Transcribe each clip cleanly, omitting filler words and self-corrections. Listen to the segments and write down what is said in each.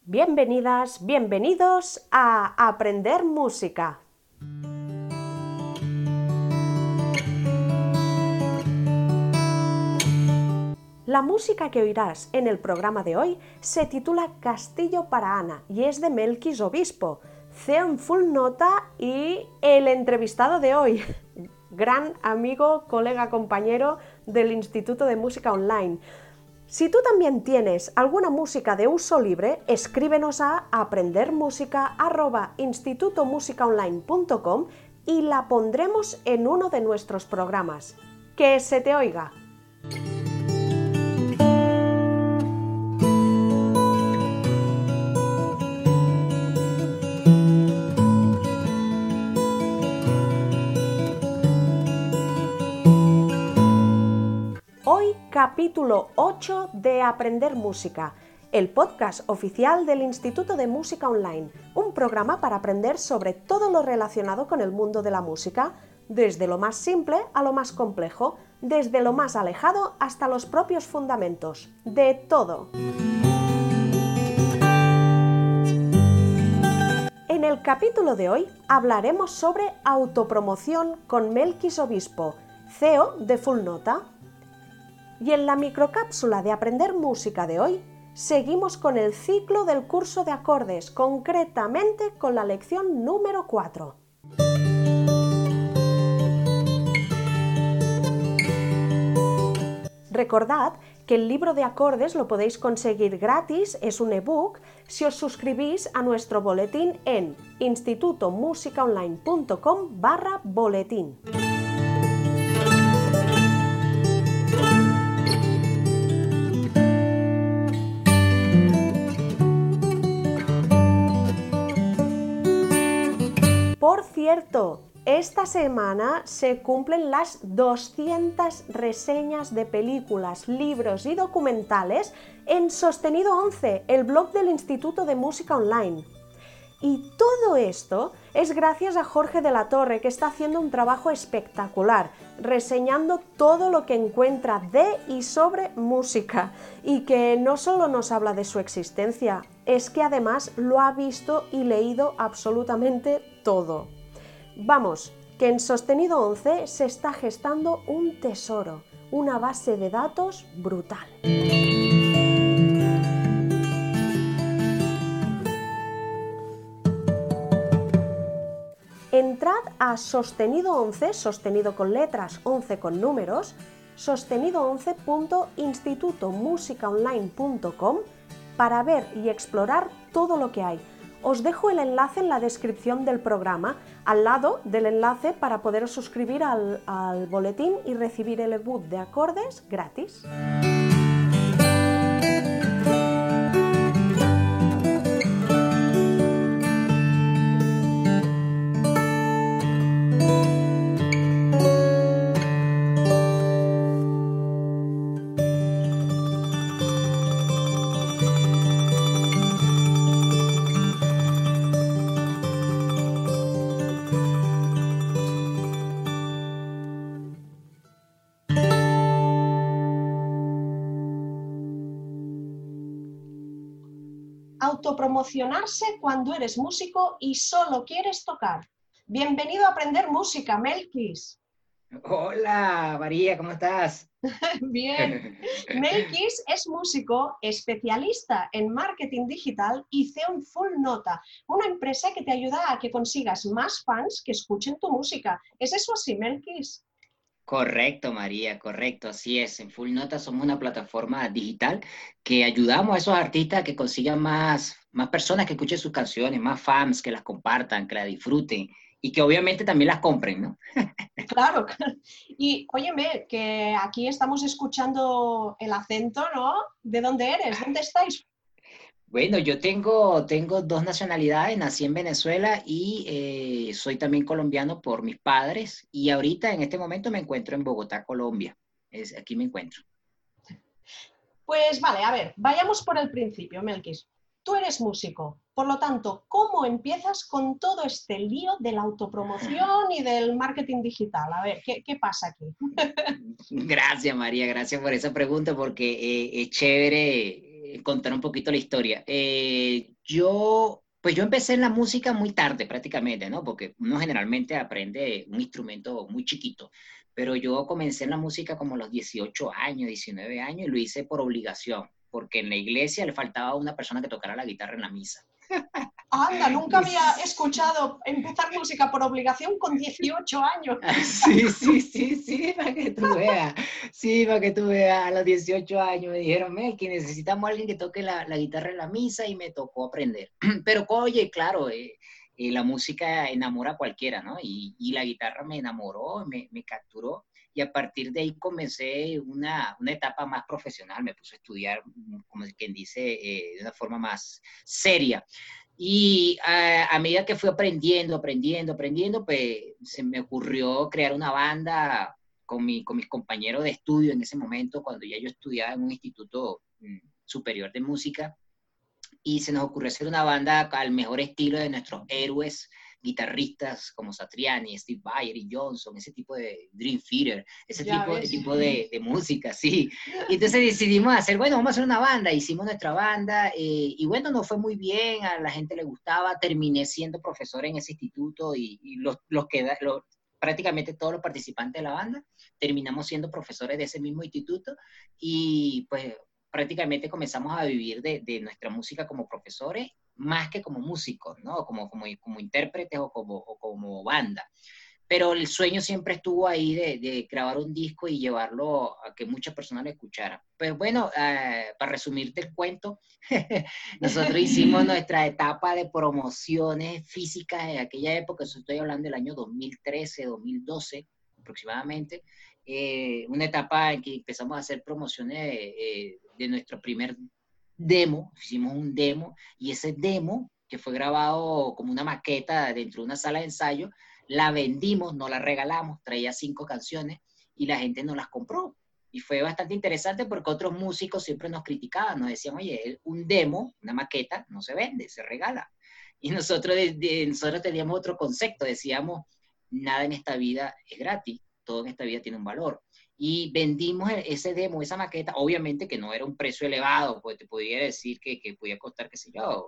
Bienvenidas, bienvenidos a Aprender Música. La música que oirás en el programa de hoy se titula Castillo para Ana y es de Melquis Obispo, CEO en Full Nota y el entrevistado de hoy, gran amigo, colega, compañero del Instituto de Música Online. Si tú también tienes alguna música de uso libre, escríbenos a aprendermusica@institutomusicaonline.com y la pondremos en uno de nuestros programas. ¡Que se te oiga! Hoy capítulo 8 de Aprender Música, el podcast oficial del Instituto de Música Online, un programa para aprender sobre todo lo relacionado con el mundo de la música, desde lo más simple a lo más complejo, desde lo más alejado hasta los propios fundamentos, de todo. En el capítulo de hoy hablaremos sobre autopromoción con Melquis Obispo, CEO de Full Nota. Y en la microcápsula de Aprender Música de hoy, seguimos con el ciclo del curso de acordes, concretamente con la lección número 4. Recordad que el libro de acordes lo podéis conseguir gratis, es un ebook, si os suscribís a nuestro boletín en institutomusicaonline.com/boletín. Por cierto, esta semana se cumplen las 200 reseñas de películas, libros y documentales en Sostenido 11, el blog del Instituto de Música Online. Y todo esto es gracias a Jorge de la Torre, que está haciendo un trabajo espectacular, reseñando todo lo que encuentra de y sobre música, y que no solo nos habla de su existencia, es que además lo ha visto y leído absolutamente todo. Vamos, que en Sostenido 11 se está gestando un tesoro, una base de datos brutal. Entrad a Sostenido 11, sostenido con letras, 11 con números, sostenido11.institutomusicaonline.com para ver y explorar todo lo que hay. Os dejo el enlace en la descripción del programa, al lado del enlace para poderos suscribir al boletín y recibir el ebook de acordes gratis. Autopromocionarse cuando eres músico y solo quieres tocar. Bienvenido a Aprender Música, Melquis. Hola, María, ¿cómo estás? Bien. Melquis es músico especialista en marketing digital y CEO en Full Nota, una empresa que te ayuda a que consigas más fans que escuchen tu música. ¿Es eso así, Melquis? Correcto, María, correcto, así es. En Full Nota somos una plataforma digital que ayudamos a esos artistas a que consigan más personas que escuchen sus canciones, más fans, que las compartan, que las disfruten y que obviamente también las compren, ¿no? Claro. Y óyeme, que aquí estamos escuchando el acento, ¿no? ¿De dónde eres? ¿Dónde estáis? Bueno, yo tengo dos nacionalidades, nací en Venezuela y soy también colombiano por mis padres y ahorita en este momento me encuentro en Bogotá, Colombia. Aquí me encuentro. Pues vale, a ver, vayamos por el principio, Melquis. Tú eres músico, por lo tanto, ¿cómo empiezas con todo este lío de la autopromoción y del marketing digital? A ver, ¿qué pasa aquí? Gracias, María, gracias por esa pregunta porque es chévere contar un poquito la historia. Pues yo empecé en la música muy tarde prácticamente, ¿no? Porque uno generalmente aprende un instrumento muy chiquito, pero yo comencé en la música como a los 18 años, 19 años y lo hice por obligación, porque en la iglesia le faltaba una persona que tocara la guitarra en la misa. Anda, nunca había escuchado empezar música por obligación con 18 años. Sí, sí, sí, sí, para que tú veas. Sí, para que tú veas. A los 18 años me dijeron, Melqui, necesitamos a alguien que toque la guitarra en la misa y me tocó aprender. Pero oye, claro, la música enamora a cualquiera, ¿no? Y la guitarra me enamoró, me capturó. Y a partir de ahí comencé una etapa más profesional, me puse a estudiar, como quien dice, de una forma más seria. Y a medida que fui aprendiendo, pues se me ocurrió crear una banda con mis compañeros de estudio en ese momento, cuando ya yo estudiaba en un instituto superior de música, y se nos ocurrió hacer una banda al mejor estilo de nuestros héroes guitarristas como Satriani, Steve Vai, Eric Johnson, ese tipo de Dream Theater, ese tipo de música, sí. Y entonces decidimos hacer, bueno, vamos a hacer una banda, hicimos nuestra banda, y bueno, nos fue muy bien, a la gente le gustaba, terminé siendo profesor en ese instituto y prácticamente todos los participantes de la banda terminamos siendo profesores de ese mismo instituto y pues prácticamente comenzamos a vivir de nuestra música como profesores, más que como músicos, ¿no? Como intérpretes o como banda. Pero el sueño siempre estuvo ahí de grabar un disco y llevarlo a que muchas personas lo escucharan. Pues bueno, para resumirte el cuento, nosotros hicimos nuestra etapa de promociones físicas en aquella época, eso estoy hablando del año 2013, 2012 aproximadamente, una etapa en que empezamos a hacer promociones de nuestro primer demo, hicimos un demo, y ese demo, que fue grabado como una maqueta dentro de una sala de ensayo, la vendimos, no la regalamos, traía 5 canciones, y la gente nos las compró. Y fue bastante interesante porque otros músicos siempre nos criticaban, nos decían, oye, un demo, una maqueta, no se vende, se regala. Y nosotros teníamos otro concepto, decíamos, nada en esta vida es gratis, todo en esta vida tiene un valor. Y vendimos ese demo, esa maqueta, obviamente que no era un precio elevado, pues te podía decir que podía costar, qué sé yo,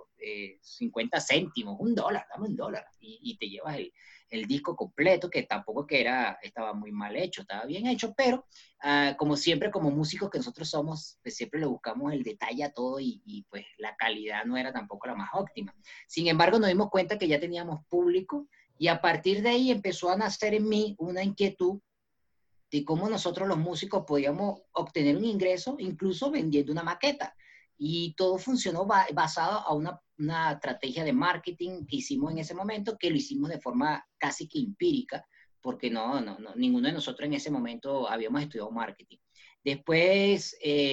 50 céntimos, $1, dame $1, y te llevas el disco completo, que tampoco que estaba muy mal hecho, estaba bien hecho, pero como siempre, como músicos que nosotros somos, pues siempre le buscamos el detalle a todo y pues la calidad no era tampoco la más óptima. Sin embargo, nos dimos cuenta que ya teníamos público y a partir de ahí empezó a nacer en mí una inquietud de cómo nosotros los músicos podíamos obtener un ingreso incluso vendiendo una maqueta. Y todo funcionó basado a una estrategia de marketing que hicimos en ese momento, que lo hicimos de forma casi que empírica, porque ninguno de nosotros en ese momento habíamos estudiado marketing. Después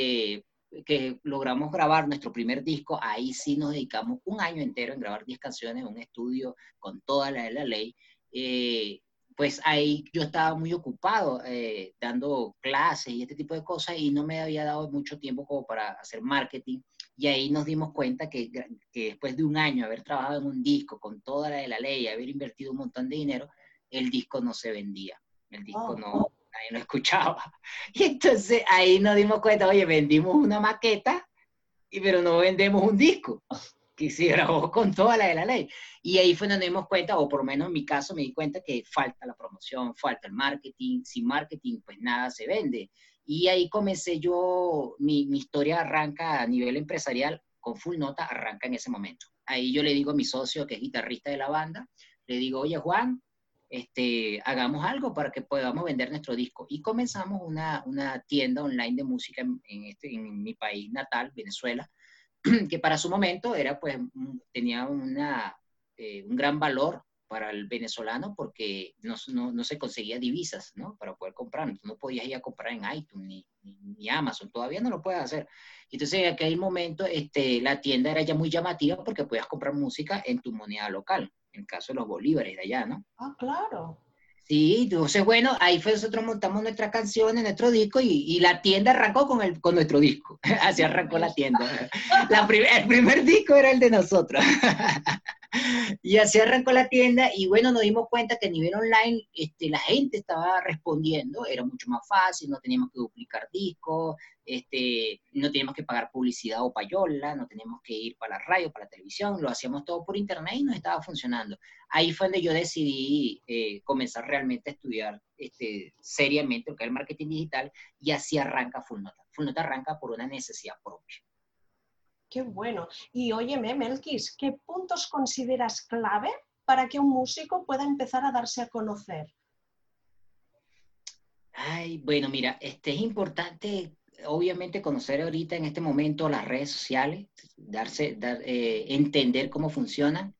que logramos grabar nuestro primer disco, ahí sí nos dedicamos un año entero en grabar 10 canciones en un estudio con toda la ley. Pues ahí yo estaba muy ocupado dando clases y este tipo de cosas y no me había dado mucho tiempo como para hacer marketing, y ahí nos dimos cuenta que después de un año haber trabajado en un disco con toda la ley y haber invertido un montón de dinero, el disco no se vendía, el disco nadie lo escuchaba. Y entonces ahí nos dimos cuenta, oye, vendimos una maqueta, pero no vendemos un disco que se grabó con toda la ley. Y ahí fue donde nos dimos cuenta, o por lo menos en mi caso me di cuenta que falta la promoción, falta el marketing. Sin marketing, pues nada se vende. Y ahí comencé yo, mi historia arranca a nivel empresarial, con Full Nota, arranca en ese momento. Ahí yo le digo a mi socio, que es guitarrista de la banda, le digo, oye Juan, hagamos algo para que podamos vender nuestro disco. Y comenzamos una tienda online de música en mi país natal, Venezuela, que para su momento era, pues, tenía un gran valor para el venezolano porque no se conseguía divisas, ¿no? Para poder comprar. Entonces, no podías ir a comprar en iTunes ni Amazon, todavía no lo puedes hacer. Entonces, en aquel momento, la tienda era ya muy llamativa porque podías comprar música en tu moneda local, en el caso de los bolívares de allá, ¿no? Ah, claro. Sí, entonces bueno, ahí fue nosotros montamos nuestras canciones, nuestro disco y la tienda arrancó con nuestro disco. Así arrancó la tienda. El primer disco era el de nosotros. Y así arrancó la tienda y bueno, nos dimos cuenta que a nivel online la gente estaba respondiendo, era mucho más fácil, no teníamos que duplicar discos, no teníamos que pagar publicidad o payola, no teníamos que ir para la radio, para la televisión, lo hacíamos todo por internet y nos estaba funcionando. Ahí fue donde yo decidí comenzar realmente a estudiar seriamente lo que es el marketing digital y así arranca Fullnota. Fullnota arranca por una necesidad propia. Qué bueno. Y óyeme, Melquis, ¿qué puntos consideras clave para que un músico pueda empezar a darse a conocer? Ay, bueno, mira, es importante, obviamente, conocer ahorita en este momento las redes sociales, entender cómo funcionan,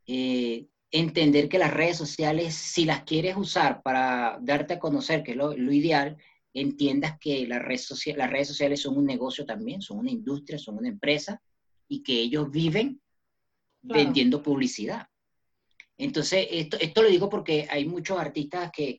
entender que las redes sociales, si las quieres usar para darte a conocer, que es lo ideal, entiendas que las redes sociales son un negocio también, son una industria, son una empresa, y que ellos viven Claro. vendiendo publicidad. Entonces, esto lo digo porque hay muchos artistas que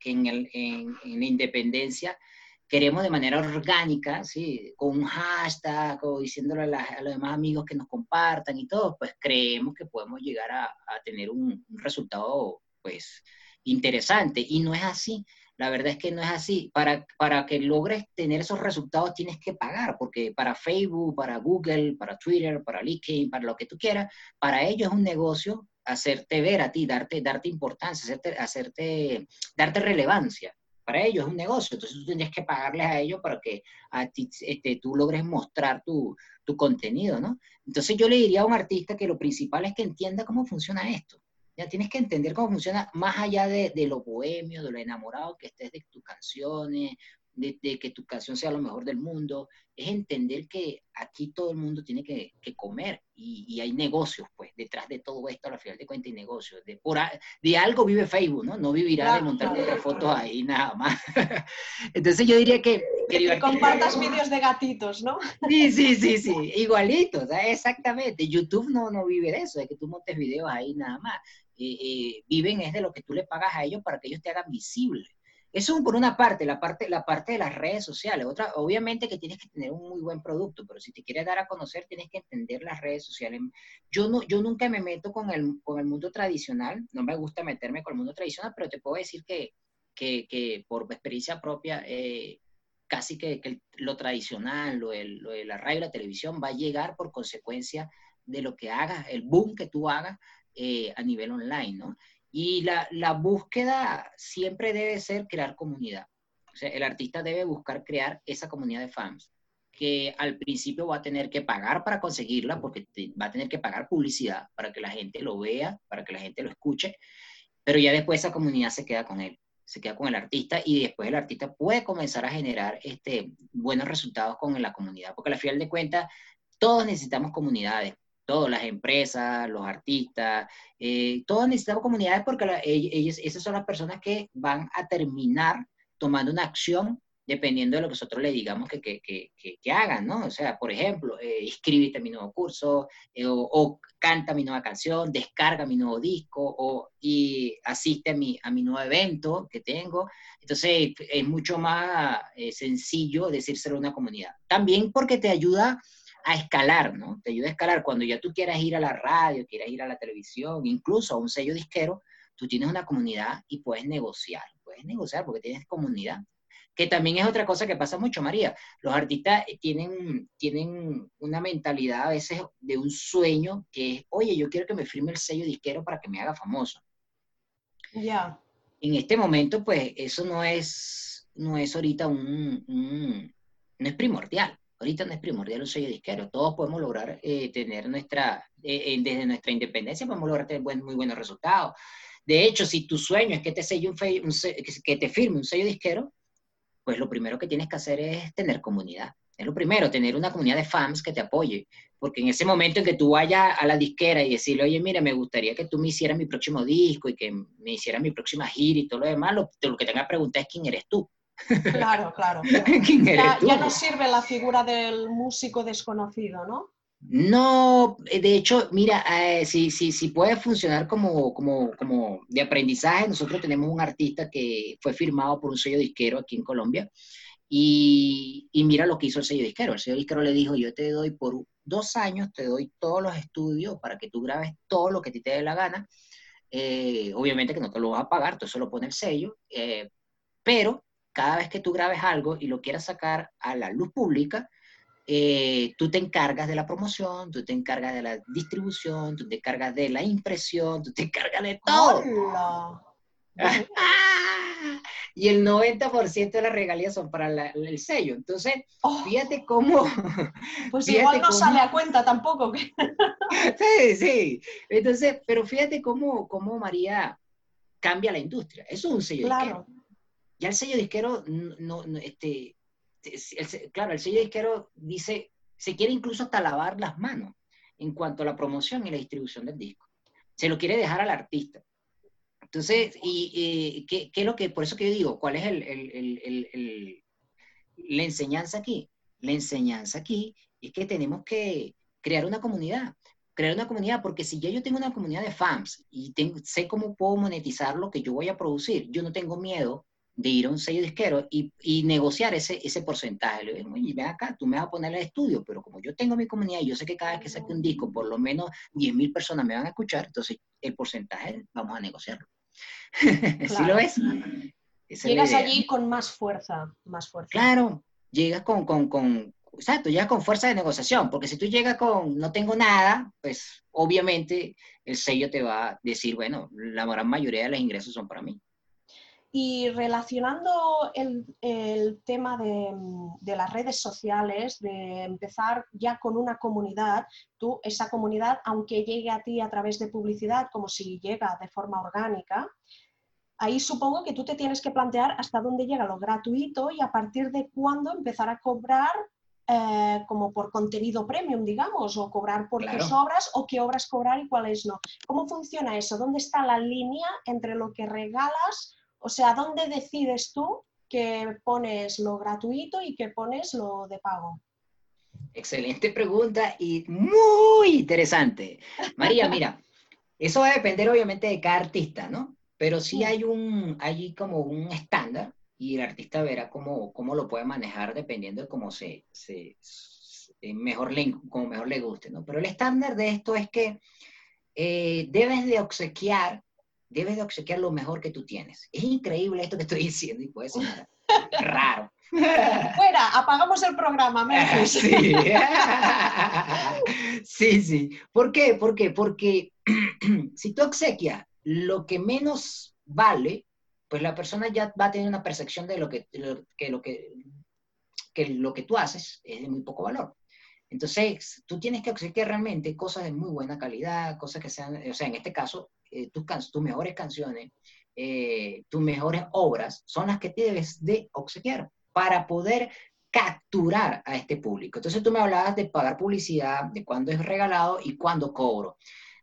en la independencia queremos de manera orgánica, ¿sí? Con un hashtag o diciéndole a los demás amigos que nos compartan y todo, pues creemos que podemos llegar a tener un resultado, pues, interesante. Y no es así. La verdad es que no es así. Para que logres tener esos resultados tienes que pagar, porque para Facebook, para Google, para Twitter, para LinkedIn, para lo que tú quieras, para ellos es un negocio hacerte ver a ti, darte importancia, darte relevancia. Para ellos es un negocio, entonces tú tendrías que pagarles a ellos para que a ti, tú logres mostrar tu contenido, ¿no? Entonces yo le diría a un artista que lo principal es que entienda cómo funciona esto. Ya tienes que entender cómo funciona más allá de lo bohemio, de lo enamorado que estés de tus canciones, de que tu canción sea lo mejor del mundo, es entender que aquí todo el mundo tiene que comer y hay negocios, pues, detrás de todo esto, al final de cuentas, hay negocios. De algo vive Facebook, ¿no? No vivirá de Claro, montar claro. cuatro fotos ahí, nada más. Entonces yo diría que De que compartas vídeos de gatitos, ¿no? sí, sí, sí, sí, igualito, ¿sabes? Exactamente. YouTube no vive de eso, de que tú montes videos ahí nada más. Viven es de lo que tú le pagas a ellos para que ellos te hagan visible. Eso por una parte, la parte de las redes sociales. Otra, obviamente que tienes que tener un muy buen producto, pero si te quieres dar a conocer, tienes que entender las redes sociales. Yo nunca me meto con el mundo tradicional, no me gusta meterme con el mundo tradicional, pero te puedo decir que por experiencia propia, casi que lo tradicional, lo de la radio y la televisión va a llegar por consecuencia de lo que hagas, el boom que tú hagas a nivel online, ¿no? Y la búsqueda siempre debe ser crear comunidad. O sea, el artista debe buscar crear esa comunidad de fans, que al principio va a tener que pagar para conseguirla, porque va a tener que pagar publicidad para que la gente lo vea, para que la gente lo escuche, pero ya después esa comunidad se queda con él, se queda con el artista y después el artista puede comenzar a generar buenos resultados con la comunidad, porque al final de cuentas todos necesitamos comunidades, todas las empresas, los artistas, todos necesitamos comunidades porque esas son las personas que van a terminar tomando una acción dependiendo de lo que nosotros le digamos que hagan, ¿no? O sea, por ejemplo, inscríbete a mi nuevo curso, o canta mi nueva canción, descarga mi nuevo disco, y asiste a mi nuevo evento que tengo. Entonces, es mucho más sencillo decírselo a una comunidad. También porque te ayuda a escalar, ¿no? Te ayuda a escalar. Cuando ya tú quieras ir a la radio, quieras ir a la televisión, incluso a un sello disquero, tú tienes una comunidad y puedes negociar porque tienes comunidad. Que también es otra cosa que pasa mucho, María. Los artistas tienen una mentalidad a veces de un sueño que es, oye, yo quiero que me firme el sello disquero para que me haga famoso. Ya. En este momento, pues, eso no es ahorita no es primordial. Ahorita no es primordial un sello disquero. Todos podemos lograr tener desde nuestra independencia, podemos lograr tener muy buenos resultados. De hecho, si tu sueño es que que te firme un sello disquero, pues lo primero que tienes que hacer es tener comunidad. Es lo primero, tener una comunidad de fans que te apoye. Porque en ese momento en que tú vayas a la disquera y decirle, oye, mira, me gustaría que tú me hicieras mi próximo disco y que me hicieras mi próxima gira y todo lo demás, lo que te van a preguntar es quién eres tú. Claro, claro. ¿Quién eres Ya tú? no sirve la figura del músico desconocido, ¿no? No, de hecho, mira, si puede funcionar como de aprendizaje, nosotros tenemos un artista que fue firmado por un sello disquero aquí en Colombia Y mira lo que hizo el sello disquero. El sello disquero le dijo, yo te doy por 2 años, te doy todos los estudios para que tú grabes todo lo que a ti te dé la gana. Obviamente que no te lo vas a pagar, tú solo pones el sello, pero cada vez que tú grabes algo y lo quieras sacar a la luz pública, tú te encargas de la promoción, tú te encargas de la distribución, tú te encargas de la impresión, tú te encargas de todo. ¡Hola! Bueno, Y el 90% de las regalías son para el sello. Entonces, oh, fíjate cómo, pues igual fíjate no sale cómo, a cuenta tampoco. sí, sí. Entonces, pero fíjate cómo María cambia la industria. Eso es un sello disquero. Claro, Ya el sello disquero, claro, el sello disquero dice, se quiere incluso hasta lavar las manos en cuanto a la promoción y la distribución del disco. Se lo quiere dejar al artista. Entonces, ¿qué es lo que, por eso que yo digo, cuál es la enseñanza aquí? La enseñanza aquí es que tenemos que crear una comunidad, porque si ya yo tengo una comunidad de fans y sé cómo puedo monetizar lo que yo voy a producir, yo no tengo miedo de ir a un sello disquero y negociar ese porcentaje. Le digo, oye, ven acá, tú me vas a poner el estudio, pero como yo tengo mi comunidad y yo sé que cada vez que saque un disco, por lo menos 10.000 personas me van a escuchar, entonces el porcentaje vamos a negociarlo. ¿Sí lo claro. ves? Esa es la Llegas idea. allí con más fuerza, más fuerza. Claro, llegas exacto, llegas con fuerza de negociación, porque si tú llegas con no tengo nada, pues obviamente el sello te va a decir, bueno, la gran mayoría de los ingresos son para mí. Y relacionando el tema de las redes sociales, de empezar ya con una comunidad, tú, esa comunidad, aunque llegue a ti a través de publicidad, como si llega de forma orgánica, ahí supongo que tú te tienes que plantear hasta dónde llega lo gratuito y a partir de cuándo empezar a cobrar como por contenido premium, digamos, o cobrar por tus Claro. obras o qué obras cobrar y cuáles no. ¿Cómo funciona eso? ¿Dónde está la línea entre lo que regalas? O sea, ¿dónde decides tú que pones lo gratuito y que pones lo de pago? Excelente pregunta y muy interesante. María, mira, eso va a depender obviamente de cada artista, ¿no? Pero sí Mm, hay como un estándar y el artista verá cómo lo puede manejar dependiendo de cómo como mejor le guste, ¿no? Pero el estándar de esto es que debes de obsequiar lo mejor que tú tienes. Es increíble esto que estoy diciendo y puede sonar raro. fuera, apagamos el programa, Memphis. Sí. Sí, sí. ¿Por qué? ¿Por qué? Porque si tú obsequias lo que menos vale, pues la persona ya va a tener una percepción de que lo que tú haces es de muy poco valor. Entonces, tú tienes que obsequiar realmente cosas de muy buena calidad, cosas que sean, o sea, en este caso, tus mejores canciones, tus mejores obras son las que debes de obsequiar para poder capturar a este público. Entonces tú me hablabas de pagar publicidad, de cuándo es regalado y cuándo cobro.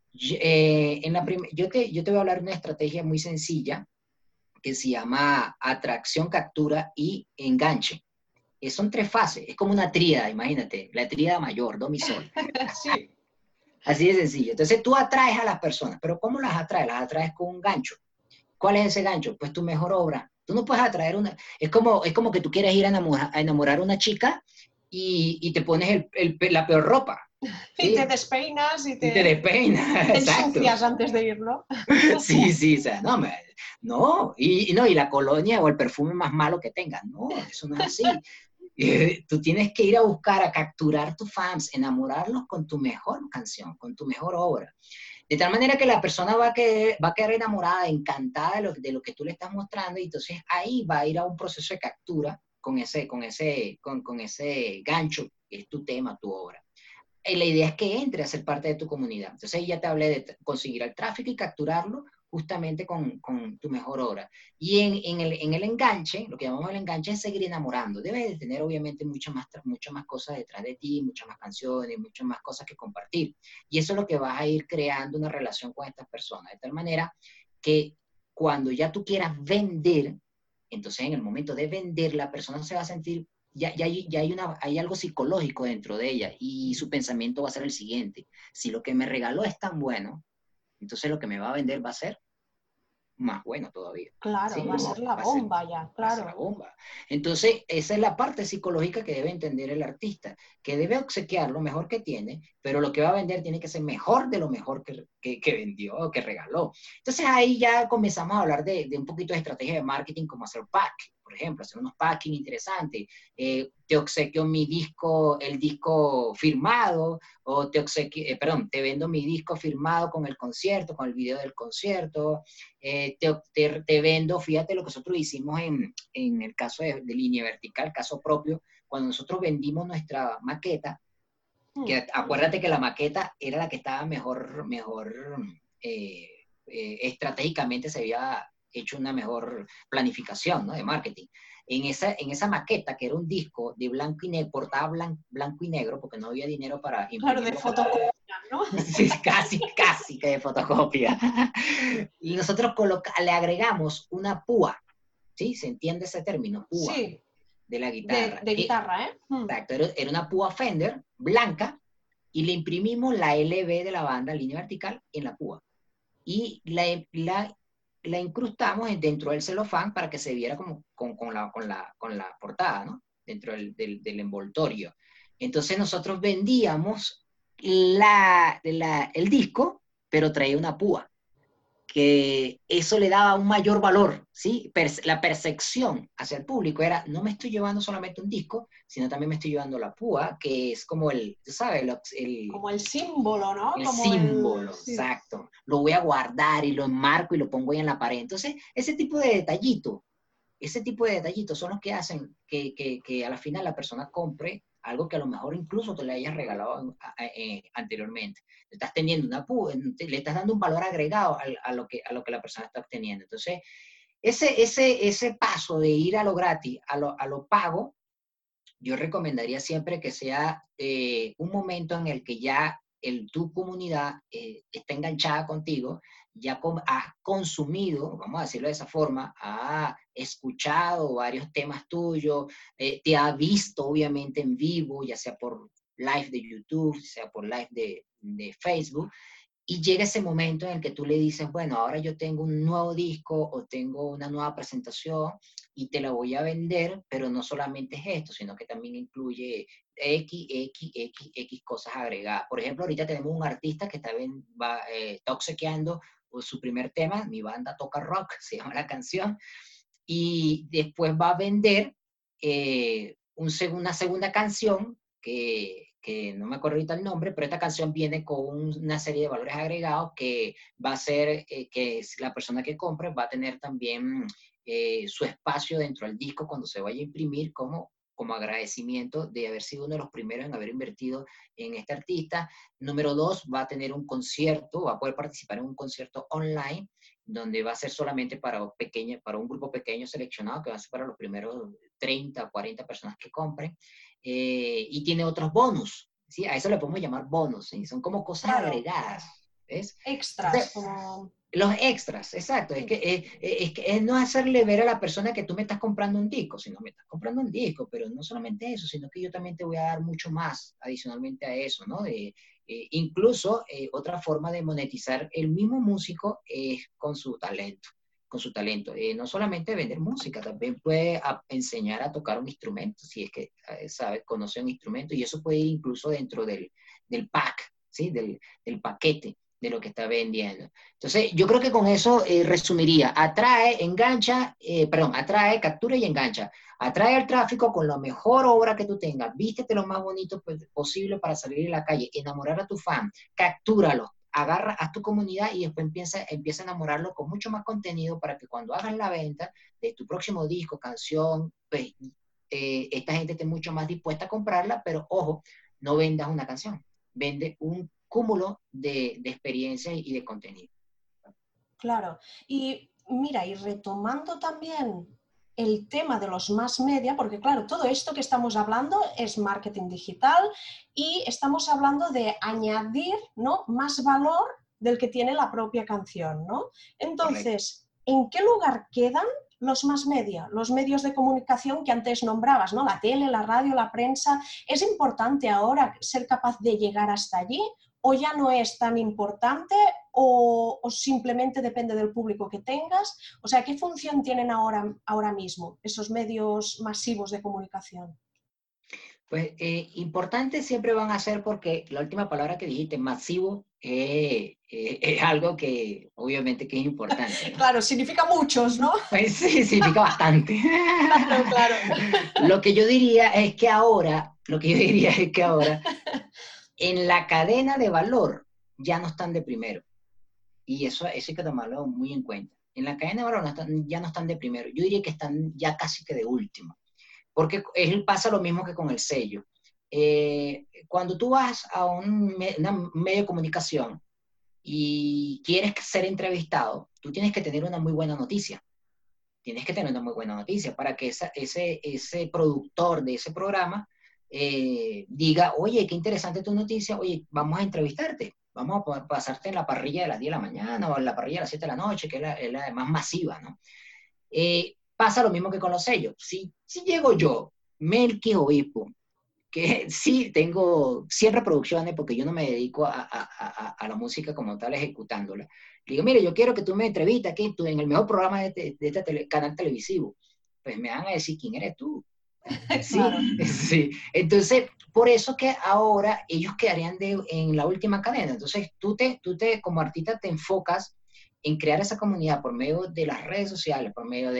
Yo te voy a hablar de una estrategia muy sencilla que se llama atracción, captura y enganche. Son 3 fases, es como una tríada, imagínate, la tríada mayor, do, mi, sol. Sí. Así de sencillo. Entonces tú atraes a las personas, pero ¿cómo las atraes? Las atraes con un gancho. ¿Cuál es ese gancho? Pues tu mejor obra. Tú no puedes atraer es como que tú quieres ir a enamorar a una chica y te pones la peor ropa, Y te ¿sí? despeinas Y te despeinas, te exacto. ensucias antes de ir, ¿no? Sí, sí, o sea, no, no, y la colonia o el perfume más malo que tengas, no, eso no es así. Tú tienes que ir a buscar, a capturar tus fans, enamorarlos con tu mejor canción, con tu mejor obra. De tal manera que la persona va a quedar enamorada, encantada de lo que tú le estás mostrando, y entonces ahí va a ir a un proceso de captura con ese gancho, que es tu tema, tu obra. Y la idea es que entre a ser parte de tu comunidad. Entonces ahí ya te hablé de conseguir el tráfico y capturarlo justamente con tu mejor obra. Y en el enganche, lo que llamamos el enganche es seguir enamorando. Debes de tener obviamente muchas más cosas detrás de ti, muchas más canciones, muchas más cosas que compartir. Y eso es lo que vas a ir creando una relación con estas personas. De tal manera que cuando ya tú quieras vender, entonces en el momento de vender, la persona se va a sentir hay algo psicológico dentro de ella y su pensamiento va a ser el siguiente: si lo que me regaló es tan bueno, entonces lo que me va a vender va a ser más bueno todavía. Claro, ¿Sí? va a ser la Va a ser, bomba ya, va a ser la claro. bomba. Entonces, esa es la parte psicológica que debe entender el artista, que debe obsequiar lo mejor que tiene, pero lo que va a vender tiene que ser mejor de lo mejor que vendió o que regaló. Entonces, ahí ya comenzamos a hablar de un poquito de estrategia de marketing, como hacer pack, por ejemplo, hacer unos packing interesantes. Te obsequio mi disco, el disco firmado, o te obsequio, perdón, te vendo mi disco firmado con el concierto, con el video del concierto. Te vendo, fíjate lo que nosotros hicimos en el caso de Línea Vertical, caso propio, cuando nosotros vendimos nuestra maqueta, que acuérdate que la maqueta era la que estaba mejor estratégicamente se había hecho una mejor planificación, ¿no?, de marketing. En esa maqueta, que era un disco de blanco y negro, portada blanco y negro, porque no había dinero para Claro, de imprimirlo. fotocopia, ¿no? Sí, casi que de fotocopia. Y nosotros le agregamos una púa, ¿sí? ¿Se entiende ese término? Púa Sí, de la guitarra. de guitarra, ¿eh? Exacto, era una púa Fender blanca y le imprimimos la LB de la banda, línea vertical, en la púa. Y la incrustamos dentro del celofán para que se viera como con la portada, ¿no? Dentro del envoltorio. Entonces nosotros vendíamos el disco, pero traía una púa, que eso le daba un mayor valor, ¿sí? La percepción hacia el público era, no me estoy llevando solamente un disco, sino también me estoy llevando la púa, que es como tú sabes, Como el símbolo, ¿no? el Como el... símbolo, Sí. exacto. Lo voy a guardar y lo enmarco y lo pongo ahí en la pared. Entonces, ese tipo de detallitos son los que hacen que a la final la persona compre algo que a lo mejor incluso te le hayas regalado anteriormente. Estás teniendo le estás dando un valor agregado a lo que la persona está obteniendo. Entonces, ese paso de ir a lo gratis, a lo pago, yo recomendaría siempre que sea un momento en el que ya tu comunidad está enganchada contigo, ya has consumido, vamos a decirlo de esa forma, ha escuchado varios temas tuyos, te ha visto obviamente en vivo, ya sea por live de YouTube, sea por live de Facebook, y llega ese momento en el que tú le dices, bueno, ahora yo tengo un nuevo disco o tengo una nueva presentación y te la voy a vender, pero no solamente es esto, sino que también incluye X cosas agregadas. Por ejemplo, ahorita tenemos un artista que está obsequiando su primer tema, Mi Banda Toca Rock, se llama la canción, y después va a vender una segunda canción que no me acuerdo ahorita el nombre, pero esta canción viene con una serie de valores agregados que va a ser que la persona que compre va a tener también su espacio dentro del disco cuando se vaya a imprimir como agradecimiento de haber sido uno de los primeros en haber invertido en este artista. Número 2, va a tener un concierto, va a poder participar en un concierto online donde va a ser solamente para un grupo pequeño seleccionado, que va a ser para los primeros 30 o 40 personas que compren, y tiene otros bonus, ¿sí? A eso le podemos llamar bonus, ¿sí? Son como cosas agregadas, ¿ves? Extras, Entonces, como... los extras, exacto. Es no hacerle ver a la persona que tú me estás comprando un disco, sino me estás comprando un disco, pero no solamente eso, sino que yo también te voy a dar mucho más adicionalmente a eso, ¿no? Incluso otra forma de monetizar el mismo músico es con su talento. Con su talento. No solamente vender música, también puede enseñar a tocar un instrumento, si es que conoce un instrumento, y eso puede ir incluso dentro del pack, ¿sí? Del paquete de lo que está vendiendo. Entonces, yo creo que con eso resumiría. Atrae, captura y engancha. Atrae el tráfico con la mejor obra que tú tengas. Vístete lo más bonito posible para salir a la calle. Enamorar a tu fan. Captúralo. Haz tu comunidad y después empieza a enamorarlo con mucho más contenido para que cuando hagas la venta de tu próximo disco, canción, pues esta gente esté mucho más dispuesta a comprarla, pero ojo, no vendas una canción. Vende un cúmulo de experiencia y de contenido. Claro. Y mira, y retomando también el tema de los más media, porque claro, todo esto que estamos hablando es marketing digital y estamos hablando de añadir, ¿no?, más valor del que tiene la propia canción, ¿no? Correcto. Entonces, ¿en qué lugar quedan los más media, los medios de comunicación que antes nombrabas, ¿no? La tele, la radio, la prensa. ¿Es importante ahora ser capaz de llegar hasta allí o ya no es tan importante o simplemente depende del público que tengas? O sea, ¿qué función tienen ahora mismo esos medios masivos de comunicación? Pues importantes siempre van a ser porque la última palabra que dijiste, masivo, es algo que obviamente que es importante, ¿no? Claro, significa muchos, ¿no? Pues sí, significa bastante. Claro, claro. Lo que yo diría es que ahora, lo que yo diría es que ahora, en la cadena de valor ya no están de primero. Y eso hay que tomarlo muy en cuenta. En la cadena de valor ya no están de primero. Yo diría que están ya casi que de último. Porque pasa lo mismo que con el sello. Cuando tú vas a un medio de comunicación y quieres ser entrevistado, tú tienes que tener una muy buena noticia. Tienes que tener una muy buena noticia para que ese productor de ese programa diga, oye, qué interesante tu noticia, oye, vamos a entrevistarte, vamos a poder pasarte en la parrilla de las 10 de la mañana o en la parrilla de las 7 de la noche, que es la más masiva, ¿no? Pasa lo mismo que con los sellos. Si llego yo, Melqui Obispo, que sí tengo 100 reproducciones porque yo no me dedico a la música como tal ejecutándola. Le digo, mire, yo quiero que tú me entrevistes aquí en el mejor programa de este canal televisivo. Pues me van a decir, ¿quién eres tú? Sí, Claro. sí. Entonces, por eso que ahora ellos quedarían en la última cadena. Entonces, como artista te enfocas en crear esa comunidad por medio de las redes sociales, por medio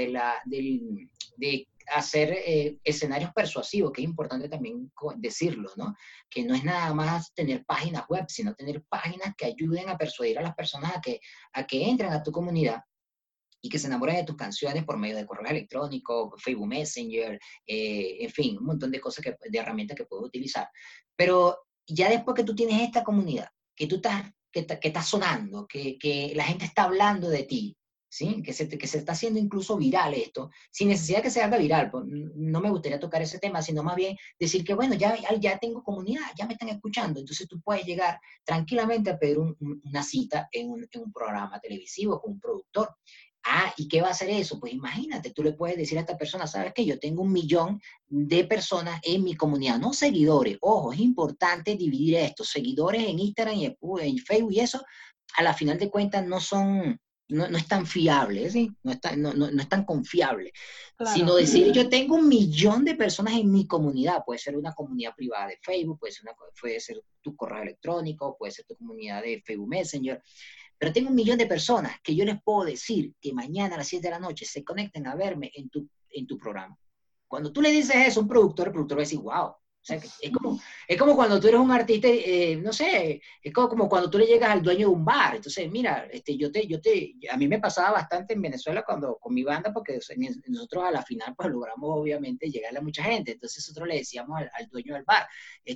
de hacer escenarios persuasivos, que es importante también decirlo, ¿no? Que no es nada más tener páginas web, sino tener páginas que ayuden a persuadir a las personas a que entren a tu comunidad y que se enamoren de tus canciones por medio de correo electrónico, Facebook Messenger, en fin, un montón de cosas, de herramientas que puedes utilizar. Pero ya después que tú tienes esta comunidad, que estás sonando, que la gente está hablando de ti, ¿sí? Que se está haciendo incluso viral esto, sin necesidad que se haga viral, pues, no me gustaría tocar ese tema, sino más bien decir que, bueno, ya tengo comunidad, ya me están escuchando, entonces tú puedes llegar tranquilamente a pedir una cita en un programa televisivo con un productor. Ah, ¿y qué va a hacer eso? Pues imagínate, tú le puedes decir a esta persona, ¿sabes qué? Yo tengo 1 millón de personas en mi comunidad, no seguidores. Ojo, es importante dividir esto. Seguidores en Instagram y en Facebook y eso, a la final de cuentas no es tan fiable, ¿sí? No es tan confiable. Sino Claro. decir, yo tengo 1 millón de personas en mi comunidad. Puede ser una comunidad privada de Facebook, puede ser tu correo electrónico, puede ser tu comunidad de Facebook Messenger, pero tengo 1 millón de personas que yo les puedo decir que mañana a las 7 de la noche se conecten a verme en tu programa. Cuando tú le dices eso a un productor, el productor va a decir, wow. O sea, es como cuando tú eres un artista, no sé, es como cuando tú le llegas al dueño de un bar. Entonces, mira, a mí me pasaba bastante en Venezuela con mi banda, porque nosotros a la final, pues logramos obviamente llegarle a mucha gente. Entonces nosotros le decíamos al dueño del bar,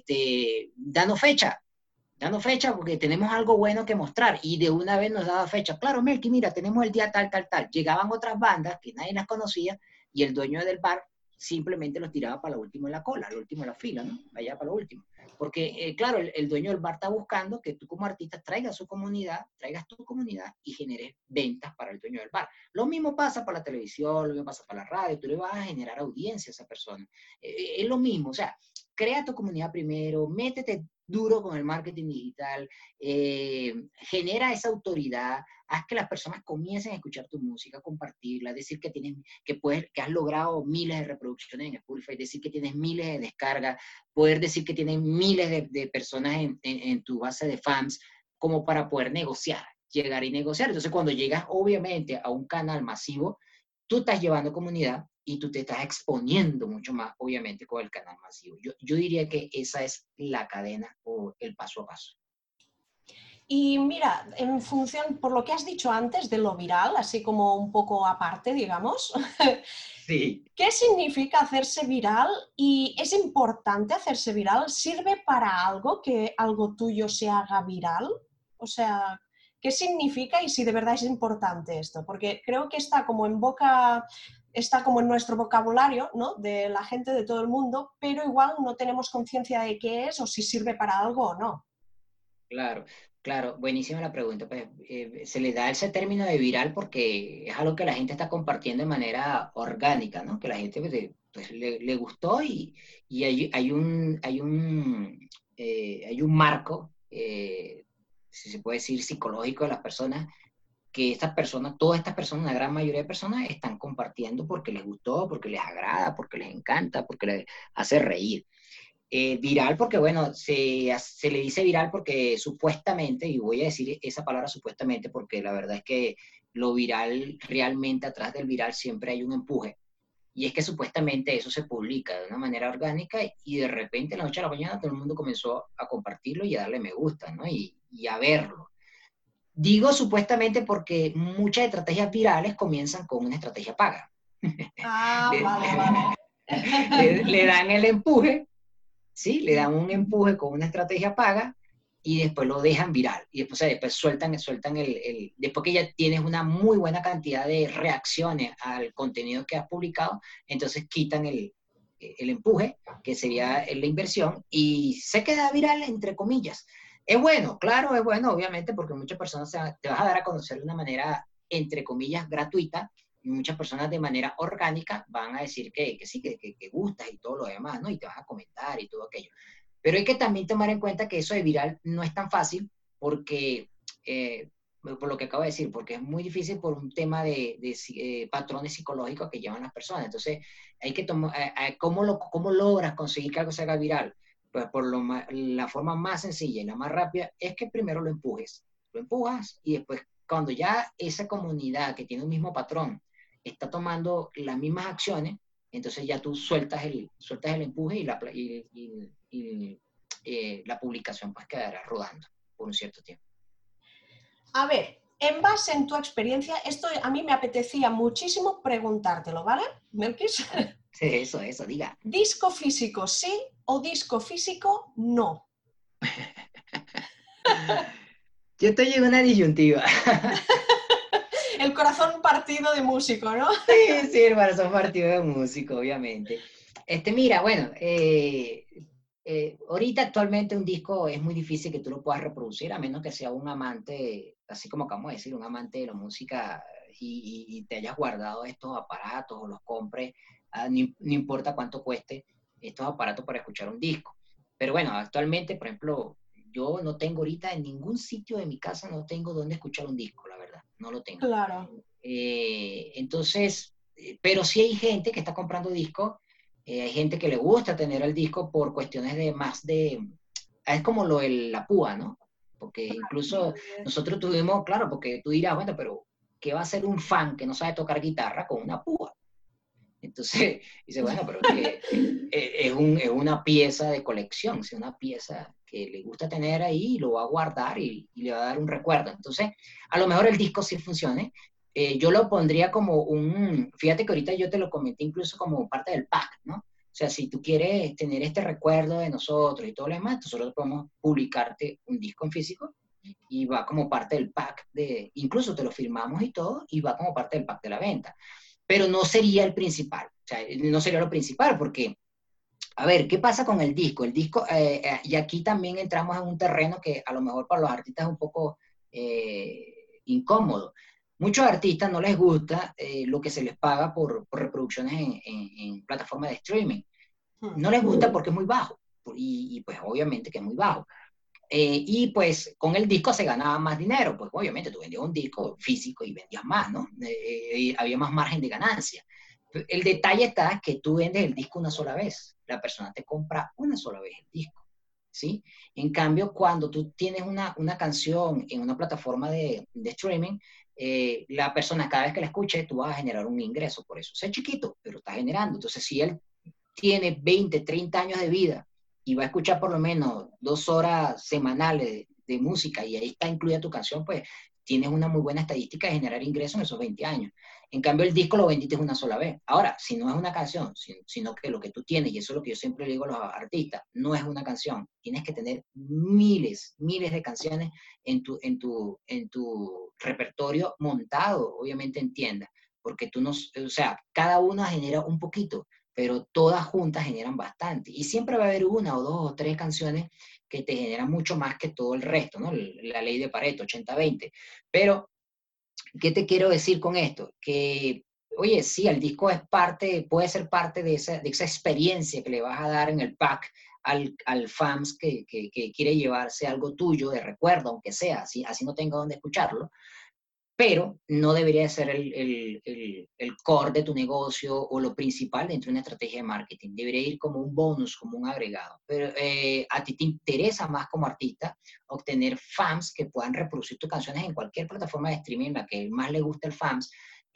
danos fecha porque tenemos algo bueno que mostrar. Y de una vez nos daba fecha. Claro, Melky, mira, tenemos el día tal, tal, tal. Llegaban otras bandas que nadie las conocía y el dueño del bar simplemente los tiraba para lo último en la cola, lo último en la fila, ¿no? Vaya para lo último. Porque, claro, el dueño del bar está buscando que tú como artista traigas tu comunidad y generes ventas para el dueño del bar. Lo mismo pasa para la televisión, lo mismo pasa para la radio, tú le vas a generar audiencia a esa persona. Es lo mismo, o sea, crea tu comunidad primero, métete duro con el marketing digital, genera esa autoridad, haz que las personas comiencen a escuchar tu música, compartirla, decir que has logrado miles de reproducciones en Spotify, decir que tienes miles de descargas, poder decir que tienes miles de personas en tu base de fans, como para poder negociar, llegar y negociar. Entonces, cuando llegas, obviamente, a un canal masivo, tú estás llevando comunidad y tú te estás exponiendo mucho más, obviamente, con el canal masivo. Yo diría que esa es la cadena o el paso a paso. Y mira, en función, por lo que has dicho antes de lo viral, así como un poco aparte, digamos, Sí. ¿qué significa hacerse viral? ¿Y es importante hacerse viral? ¿Sirve para algo que algo tuyo se haga viral? O sea, ¿qué significa y si de verdad es importante esto? Porque creo que está como en boca, está como en nuestro vocabulario, ¿no? De la gente de todo el mundo, pero igual no tenemos conciencia de qué es o si sirve para algo o no. Claro, claro, buenísima la pregunta. Pues se le da ese término de viral porque es algo que la gente está compartiendo de manera orgánica, ¿no? Que la gente pues, le gustó y hay un marco si se puede decir, psicológico de las personas, que estas personas, todas estas personas, una gran mayoría de personas están compartiendo porque les gustó, porque les agrada, porque les encanta, porque les hace reír. Viral porque, bueno, se le dice viral porque supuestamente, y voy a decir esa palabra supuestamente porque la verdad es que lo viral, realmente atrás del viral siempre hay un empuje. Y es que supuestamente eso se publica de una manera orgánica y de repente, de la noche a la mañana, todo el mundo comenzó a compartirlo y a darle me gusta, ¿no? Y a verlo. Digo supuestamente porque muchas estrategias virales comienzan con una estrategia paga. Ah, le, vale, vale. le dan el empuje, ¿sí? Le dan un empuje con una estrategia paga y después lo dejan viral. Y después, después sueltan después que ya tienes una muy buena cantidad de reacciones al contenido que has publicado, entonces quitan el empuje, que sería la inversión, y se queda viral, entre comillas. Es bueno, claro, es bueno, obviamente, porque muchas personas te vas a dar a conocer de una manera, entre comillas, gratuita, y muchas personas de manera orgánica van a decir que sí, que gustas y todo lo demás, ¿no? Y te vas a comentar y todo aquello. Pero hay que también tomar en cuenta que eso de viral no es tan fácil porque, por lo que acabo de decir, porque es muy difícil por un tema de patrones psicológicos que llevan las personas. Entonces, hay que tomar, ¿cómo logras conseguir que algo se haga viral? Pues por la forma más sencilla y la más rápida es que primero lo empujes. Lo empujas y después, cuando ya esa comunidad que tiene un mismo patrón está tomando las mismas acciones, entonces ya tú sueltas el empuje y la publicación pues quedará rodando por un cierto tiempo. A ver, en base en tu experiencia, esto a mí me apetecía muchísimo preguntártelo, ¿vale, Melquis? Eso, diga. ¿Disco físico sí o disco físico no? Yo estoy en una disyuntiva. El corazón partido de músico, ¿no? Sí, hermano, son partidos de músico, obviamente. Mira, bueno, ahorita actualmente un disco es muy difícil que tú lo puedas reproducir, a menos que sea un amante, así como acabamos de decir, un amante de la música y te hayas guardado estos aparatos o los compres, no importa cuánto cueste estos aparatos para escuchar un disco. Pero bueno, actualmente, por ejemplo, yo no tengo ahorita en ningún sitio de mi casa, no tengo dónde escuchar un disco, la verdad, no lo tengo. Claro. Entonces, pero sí hay gente que está comprando discos, hay gente que le gusta tener el disco por cuestiones de más de, es como la púa, ¿no? Porque incluso nosotros tuvimos, claro, porque tú dirás, bueno, pero ¿qué va a hacer un fan que no sabe tocar guitarra con una púa? Entonces, dice, bueno, pero es que es una pieza de colección, es una pieza que le gusta tener ahí y lo va a guardar y le va a dar un recuerdo. Entonces, a lo mejor el disco sí funcione. Yo lo pondría como fíjate que ahorita yo te lo comenté incluso como parte del pack, ¿no? O sea, si tú quieres tener este recuerdo de nosotros y todo lo demás, nosotros podemos publicarte un disco en físico y va como parte del pack incluso te lo firmamos y todo, y va como parte del pack de la venta, pero no sería el principal, o sea, no sería lo principal porque, a ver, ¿qué pasa con el disco? El disco, y aquí también entramos en un terreno que a lo mejor para los artistas es un poco incómodo. Muchos artistas no les gusta lo que se les paga por reproducciones en plataformas de streaming. No les gusta porque es muy bajo, y pues obviamente que es muy bajo. Y pues con el disco se ganaba más dinero, pues obviamente tú vendías un disco físico y vendías más, ¿no? Y había más margen de ganancia. El detalle está que tú vendes el disco una sola vez, la persona te compra una sola vez el disco, ¿sí? En cambio, cuando tú tienes una canción en una plataforma de streaming, la persona cada vez que la escuche, tú vas a generar un ingreso por eso. Sea chiquito, pero está generando. Entonces, si él tiene 20, 30 años de vida y va a escuchar por lo menos 2 horas semanales de música y ahí está incluida tu canción, pues tienes una muy buena estadística de generar ingresos en esos 20 años. En cambio, el disco lo vendiste una sola vez. Ahora, si no es una canción, sino que lo que tú tienes, y eso es lo que yo siempre le digo a los artistas, no es una canción. Tienes que tener miles, miles de canciones en tu repertorio montado, obviamente en tienda, porque tú no, o sea, cada una genera un poquito, pero todas juntas generan bastante. Y siempre va a haber una o dos o tres canciones que te generan mucho más que todo el resto, ¿no? La ley de Pareto, 80-20. Pero, ¿qué te quiero decir con esto? Que, oye, sí, el disco es parte, puede ser parte de esa experiencia que le vas a dar en el pack al fans que quiere llevarse algo tuyo de recuerdo, aunque sea, así no tenga dónde escucharlo, pero no debería ser el core de tu negocio o lo principal dentro de una estrategia de marketing. Debería ir como un bonus, como un agregado. Pero a ti te interesa más como artista obtener fans que puedan reproducir tus canciones en cualquier plataforma de streaming en la que más le guste el fans.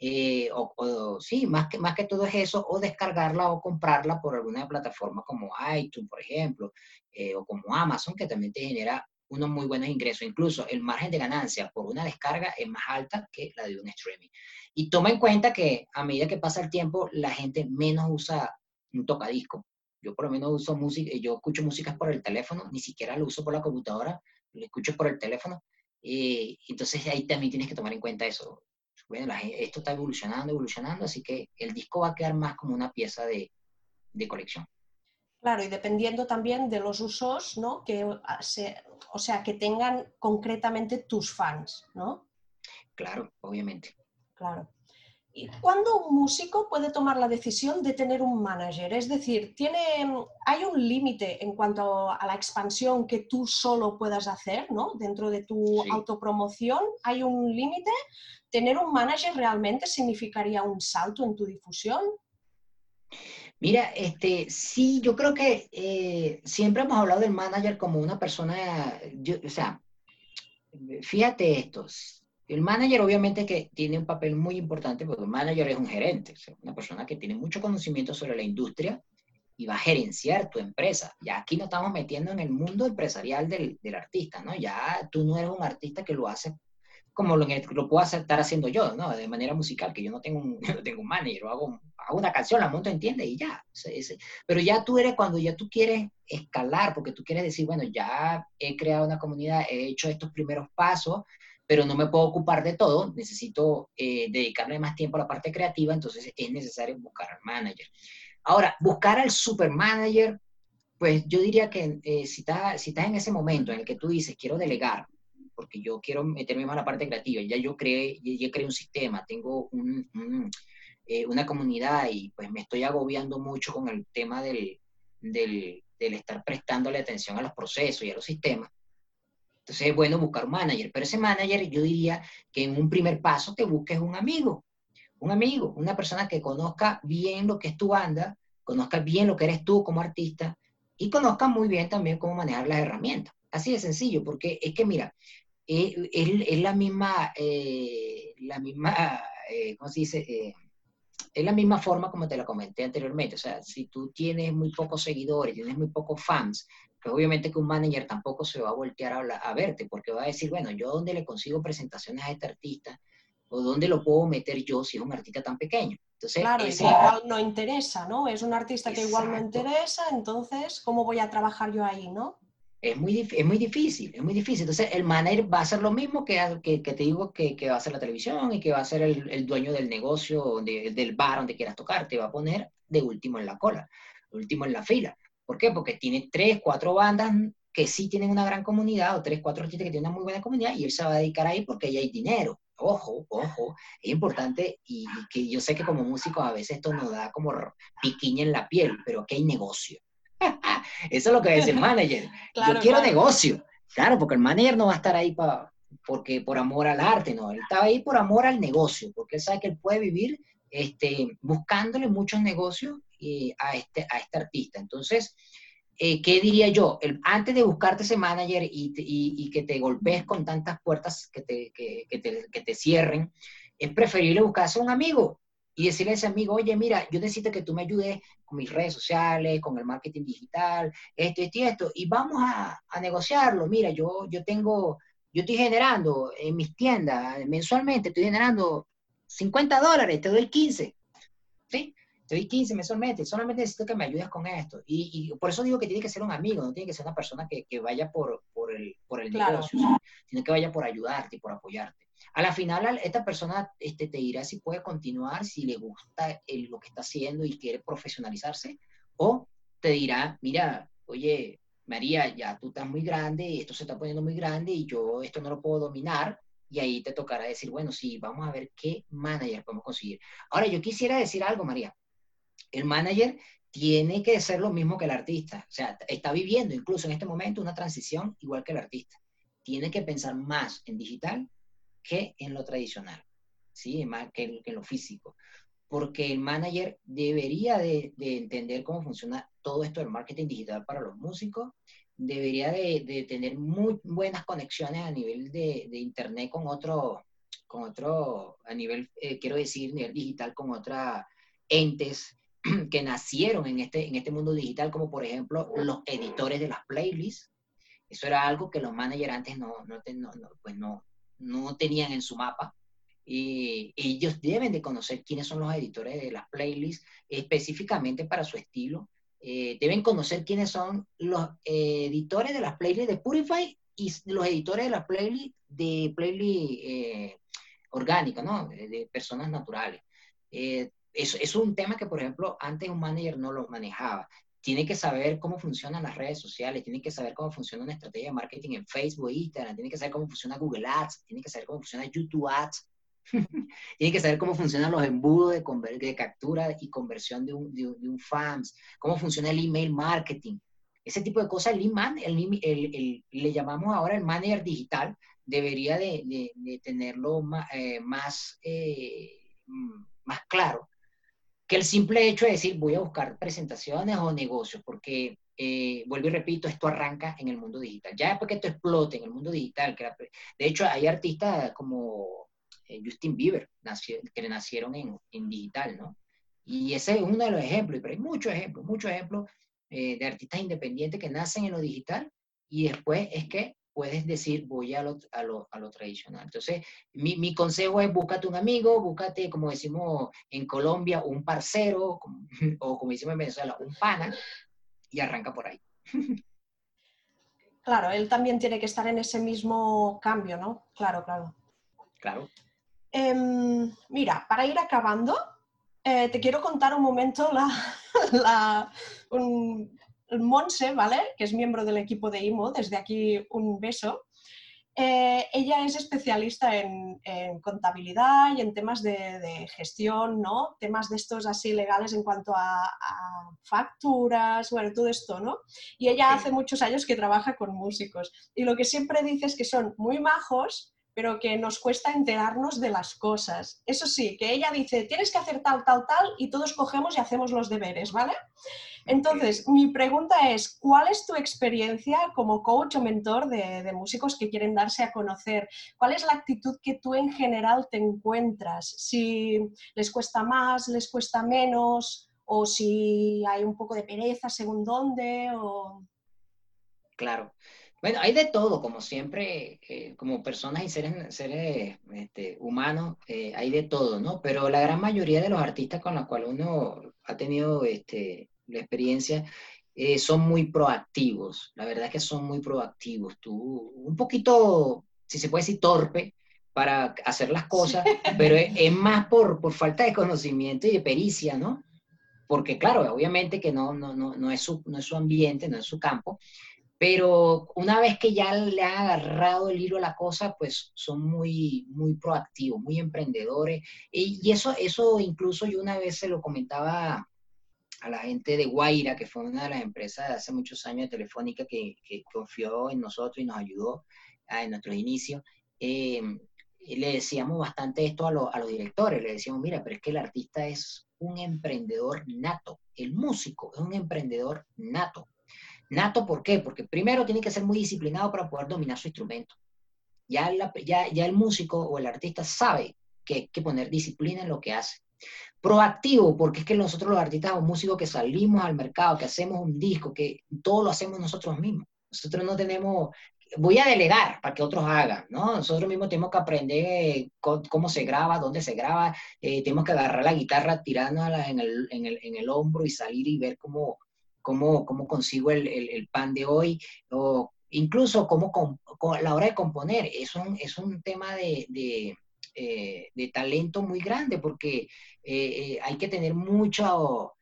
Sí, más que todo es eso, o descargarla o comprarla por alguna plataforma como iTunes, por ejemplo, o como Amazon, que también te genera unos muy buenos ingresos. Incluso el margen de ganancia por una descarga es más alta que la de un streaming. Y toma en cuenta que a medida que pasa el tiempo, la gente menos usa un tocadisco. Yo por lo menos uso música, yo escucho música por el teléfono, ni siquiera lo uso por la computadora, lo escucho por el teléfono. Entonces ahí también tienes que tomar en cuenta eso. Bueno, esto está evolucionando, así que el disco va a quedar más como una pieza de colección. Claro, y dependiendo también de los usos, ¿no? O sea, que tengan concretamente tus fans, ¿no? Claro, obviamente. Claro. ¿Y cuándo un músico puede tomar la decisión de tener un manager? Es decir, ¿hay un límite en cuanto a la expansión que tú solo puedas hacer, ¿no? Dentro de tu Sí. autopromoción, ¿hay un límite? ¿Tener un manager realmente significaría un salto en tu difusión? Mira, sí, yo creo que siempre hemos hablado del manager como una persona, o sea, fíjate esto, el manager obviamente que tiene un papel muy importante porque el manager es un gerente, o sea, una persona que tiene mucho conocimiento sobre la industria y va a gerenciar tu empresa. Ya aquí nos estamos metiendo en el mundo empresarial del artista, ¿no? Ya tú no eres un artista que lo hace como lo puedo estar haciendo yo, ¿no? De manera musical, que yo no tengo un, no tengo un manager, hago una canción, la monto, entiende, y ya. Pero ya tú eres cuando ya tú quieres escalar, porque tú quieres decir, bueno, ya he creado una comunidad, he hecho estos primeros pasos, pero no me puedo ocupar de todo, necesito dedicarle más tiempo a la parte creativa, entonces es necesario buscar al manager. Ahora, buscar al super manager, pues yo diría que si estás en ese momento en el que tú dices, quiero delegar, porque yo quiero meterme más a la parte creativa, ya creé un sistema, tengo una comunidad y pues me estoy agobiando mucho con el tema del estar prestándole atención a los procesos y a los sistemas. Entonces es bueno buscar un manager, pero ese manager yo diría que en un primer paso te busques un amigo, una persona que conozca bien lo que es tu banda, conozca bien lo que eres tú como artista y conozca muy bien también cómo manejar las herramientas. Así de sencillo, porque es que mira, es ¿cómo se dice? Es la misma forma como te lo comenté anteriormente. O sea, si tú tienes muy pocos seguidores, tienes muy pocos fans, pues obviamente que un manager tampoco se va a voltear a verte, porque va a decir, bueno, ¿yo dónde le consigo presentaciones a este artista? ¿O dónde lo puedo meter yo si es un artista tan pequeño? Entonces, Claro, y que ese igual no interesa, ¿no? Es un artista que igual no exacto. interesa, entonces, ¿cómo voy a trabajar yo ahí, ¿no? Es muy difícil, es muy difícil. Entonces, el manager va a hacer lo mismo que te digo que va a hacer la televisión y que va a ser el dueño del negocio, del bar donde quieras tocar. Te va a poner de último en la cola, de último en la fila. ¿Por qué? Porque tiene tres, cuatro bandas que sí tienen una gran comunidad o tres, cuatro artistas que tienen una muy buena comunidad y él se va a dedicar ahí porque ahí hay dinero. Ojo, ojo, es importante y que yo sé que como músicos a veces esto nos da como piquiña en la piel, pero aquí hay negocio. Eso es lo que dice el manager. Yo Claro, quiero claro. negocio. Claro, porque el manager no va a estar ahí porque por amor al arte, no. Él está ahí por amor al negocio, porque él sabe que él puede vivir buscándole muchos negocios a este artista. Entonces, ¿qué diría yo? Antes de buscarte ese manager y que te golpees con tantas puertas que te cierren, es preferible buscarse un amigo y decirle a ese amigo, oye, mira, yo necesito que tú me ayudes con mis redes sociales, con el marketing digital, esto y esto, y vamos a negociarlo. Mira, yo estoy generando en mis tiendas mensualmente, estoy generando $50, te doy 15, ¿sí? Te doy 15 mensualmente, solamente necesito que me ayudes con esto. Y por eso digo que tiene que ser un amigo, no tiene que ser una persona que vaya por el Claro. negocio, ¿sí? Sino que vaya por ayudarte y por apoyarte. A la final, esta persona te dirá si puede continuar, si le gusta lo que está haciendo y quiere profesionalizarse, o te dirá, mira, oye, María, ya tú estás muy grande y esto se está poniendo muy grande y yo esto no lo puedo dominar, y ahí te tocará decir, bueno, sí, vamos a ver qué manager podemos conseguir. Ahora, yo quisiera decir algo, María. El manager tiene que ser lo mismo que el artista. O sea, está viviendo incluso en este momento una transición igual que el artista. Tiene que pensar más en digital que en lo tradicional, ¿sí? Más que en lo físico. Porque el manager debería de entender cómo funciona todo esto del marketing digital para los músicos, debería de tener muy buenas conexiones a nivel de internet con otro a nivel, quiero decir, nivel digital con otras entes que nacieron en este mundo digital, como por ejemplo los editores de las playlists. Eso era algo que los managers antes no tenían en su mapa. Y ellos deben de conocer quiénes son los editores de las playlists específicamente para su estilo. Deben conocer quiénes son los editores de las playlists de Purify y los editores de las playlists de playlist orgánicos, ¿no? De personas naturales. Eso es un tema que, por ejemplo, antes un manager no lo manejaba. Tiene que saber cómo funcionan las redes sociales, tiene que saber cómo funciona una estrategia de marketing en Facebook, Instagram, tiene que saber cómo funciona Google Ads, tiene que saber cómo funciona YouTube Ads, tiene que saber cómo funcionan los embudos de captura y conversión de un fans, cómo funciona el email marketing. Ese tipo de cosas, le llamamos ahora el manager digital, debería de tenerlo más claro que el simple hecho de decir voy a buscar presentaciones o negocios, porque vuelvo y repito, esto arranca en el mundo digital. Ya después que esto explote en el mundo digital, de hecho hay artistas como Justin Bieber, que le nacieron en digital, ¿no? Y ese es uno de los ejemplos, pero hay muchos ejemplos de artistas independientes que nacen en lo digital y después es que puedes decir voy a lo tradicional. Entonces, mi consejo es búscate un amigo, búscate, como decimos en Colombia, un parcero, o como decimos en Venezuela, un pana, y arranca por ahí. Claro, él también tiene que estar en ese mismo cambio, ¿no? Claro, claro. Claro. Mira, para ir acabando, te quiero contar un momento Monse, ¿vale? Que es miembro del equipo de IMO, desde aquí un beso. Ella es especialista en contabilidad y en temas de gestión, ¿no? Temas de estos así legales en cuanto a facturas, bueno, todo esto, ¿no? Y ella hace muchos años que trabaja con músicos. Y lo que siempre dice es que son muy majos, pero que nos cuesta enterarnos de las cosas. Eso sí, que ella dice, tienes que hacer tal, tal, tal, y todos cogemos y hacemos los deberes, ¿vale? Entonces, mi pregunta es, ¿cuál es tu experiencia como coach o mentor de músicos que quieren darse a conocer? ¿Cuál es la actitud que tú en general te encuentras? Si les cuesta más, les cuesta menos, o si hay un poco de pereza según dónde, o... Claro. Bueno, hay de todo, como siempre, como personas y seres humanos, hay de todo, ¿no? Pero la gran mayoría de los artistas con los cuales uno ha tenido la experiencia son muy proactivos. La verdad es que son muy proactivos. Tú, un poquito, si se puede decir, torpe para hacer las cosas, sí. Pero es más por falta de conocimiento y de pericia, ¿no? Porque, claro, obviamente que no es su ambiente, no es su campo. Pero una vez que ya le han agarrado el hilo a la cosa, pues son muy proactivos, muy emprendedores. Y eso incluso yo una vez se lo comentaba a la gente de Guaira, que fue una de las empresas de hace muchos años de Telefónica que confió en nosotros y nos ayudó en nuestros inicios. Le decíamos bastante esto a los directores, le decíamos, mira, pero es que el artista es un emprendedor nato, el músico es un emprendedor nato. Nato, ¿por qué? Porque primero tiene que ser muy disciplinado para poder dominar su instrumento. Ya el músico o el artista sabe que hay que poner disciplina en lo que hace. Proactivo, porque es que nosotros los artistas o músicos que salimos al mercado, que hacemos un disco, que todo lo hacemos nosotros mismos. Nosotros no tenemos, voy a delegar para que otros hagan, ¿no? Nosotros mismos tenemos que aprender cómo se graba, dónde se graba, tenemos que agarrar la guitarra, tirándola en el hombro y salir y ver cómo consigo el pan de hoy, o incluso a la hora de componer. Es un tema de talento muy grande, porque hay que tener mucha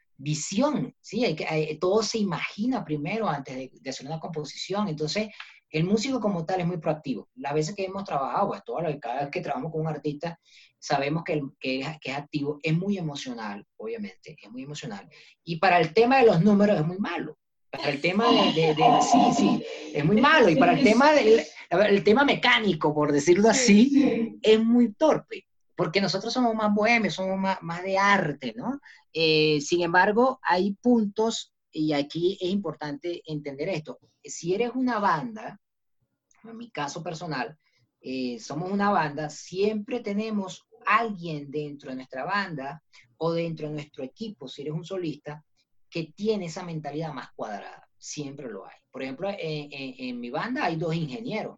visión, ¿sí? Todo se imagina primero antes de hacer una composición. Entonces, El músico como tal es muy proactivo. Las veces que hemos trabajado, pues cada vez que trabajamos con un artista, sabemos que es activo, es muy emocional, obviamente, es muy emocional. Y para el tema de los números es muy malo. Para el tema sí, sí, es muy malo. Y para el tema el tema mecánico, por decirlo así, es muy torpe. Porque nosotros somos más bohemios, somos más de arte, ¿no? Sin embargo, hay puntos, y aquí es importante entender esto. Si eres una banda, en mi caso personal, somos una banda, siempre tenemos alguien dentro de nuestra banda o dentro de nuestro equipo, si eres un solista, que tiene esa mentalidad más cuadrada. Siempre lo hay. Por ejemplo, en mi banda hay dos ingenieros.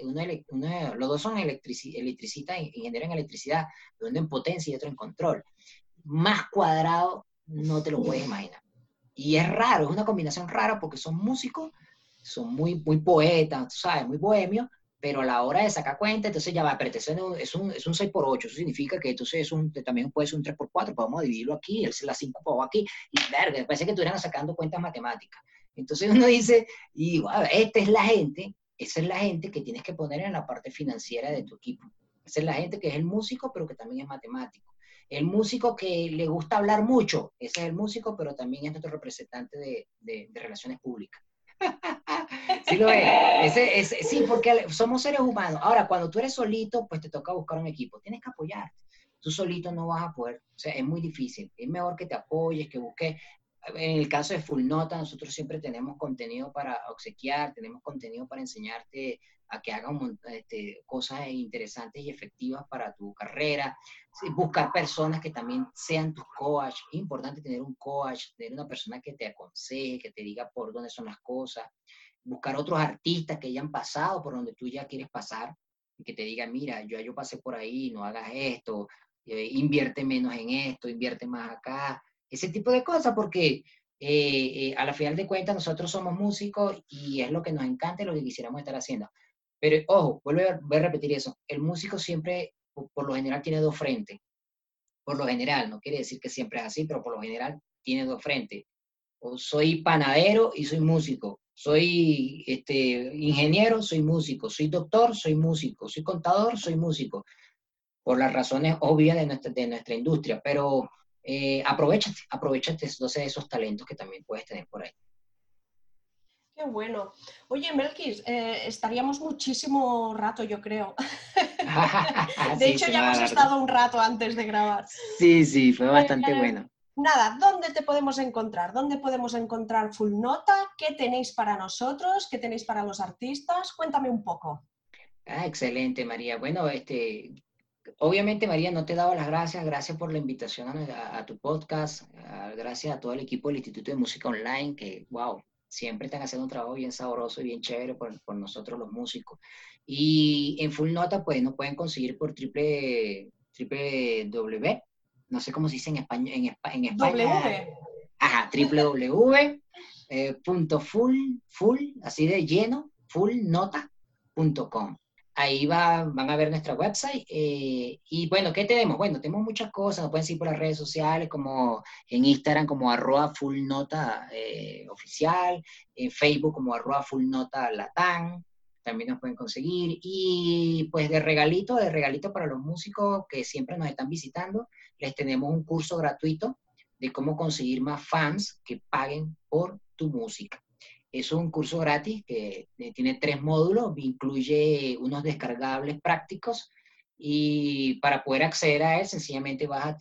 Los dos son electricistas, ingenieros en electricidad, uno en potencia y otro en control. Más cuadrado no te lo puedes imaginar. Y es raro, es una combinación rara porque son músicos, son muy poetas, ¿sabes? Muy bohemios, pero a la hora de sacar cuenta, entonces ya va, pero es un 6x8, eso significa que entonces también puede ser un 3x4, pues vamos a dividirlo aquí, la 5 para aquí, y verga, parece que estuvieran sacando cuentas matemáticas. Entonces uno dice, y wow, esa es la gente que tienes que poner en la parte financiera de tu equipo. Esa es la gente que es el músico, pero que también es matemático. El músico que le gusta hablar mucho, ese es el músico, pero también es nuestro representante de relaciones públicas. Sí lo es. Sí, porque somos seres humanos. Ahora, cuando tú eres solito, pues te toca buscar un equipo. Tienes que apoyarte. Tú solito no vas a poder. O sea, es muy difícil. Es mejor que te apoyes, que busques. En el caso de Full Nota, nosotros siempre tenemos contenido para obsequiar, tenemos contenido para enseñarte a que hagas cosas interesantes y efectivas para tu carrera. Sí, buscar personas que también sean tus coach. Es importante tener un coach, tener una persona que te aconseje, que te diga por dónde son las cosas. Buscar otros artistas que hayan pasado por donde tú ya quieres pasar y que te digan, mira, yo pasé por ahí, no hagas esto, invierte menos en esto, invierte más acá. Ese tipo de cosas, porque a la final de cuentas nosotros somos músicos y es lo que nos encanta y lo que quisiéramos estar haciendo. Pero ojo, voy a repetir eso, el músico siempre, por lo general, tiene dos frentes. Por lo general, no quiere decir que siempre es así, pero por lo general tiene dos frentes. O soy panadero y soy músico. Soy ingeniero, soy músico. Soy doctor, soy músico. Soy contador, soy músico. Por las razones obvias de nuestra industria. Pero aprovechate entonces esos talentos que también puedes tener por ahí. Qué bueno. Oye, Melquis, estaríamos muchísimo rato, yo creo. De Sí, hecho, se me ya va a hemos dar. estado un rato antes de grabar. Sí, sí, fue bastante bueno. Nada, ¿dónde te podemos encontrar? ¿Dónde podemos encontrar Full Nota? ¿Qué tenéis para nosotros? ¿Qué tenéis para los artistas? Cuéntame un poco. Excelente, María. Bueno, obviamente, María, no te he dado las gracias. Gracias por la invitación a tu podcast. Gracias a todo el equipo del Instituto de Música Online, que, wow, siempre están haciendo un trabajo bien sabroso y bien chévere por nosotros los músicos. Y en Full Nota, pues, nos pueden conseguir por triple W, no sé cómo se dice en España, en España, W. ajá, www. Full, así de lleno, fullnota.com. Ahí van a ver nuestra website. Y bueno, ¿qué tenemos? Bueno, tenemos muchas cosas. Nos pueden seguir por las redes sociales, como en Instagram, como @fullnota oficial, en Facebook, como @fullnota latán. También nos pueden conseguir. Y pues de regalito para los músicos que siempre nos están visitando, les tenemos un curso gratuito de cómo conseguir más fans que paguen por tu música. Es un curso gratis que tiene 3 módulos, incluye unos descargables prácticos y para poder acceder a él sencillamente vas a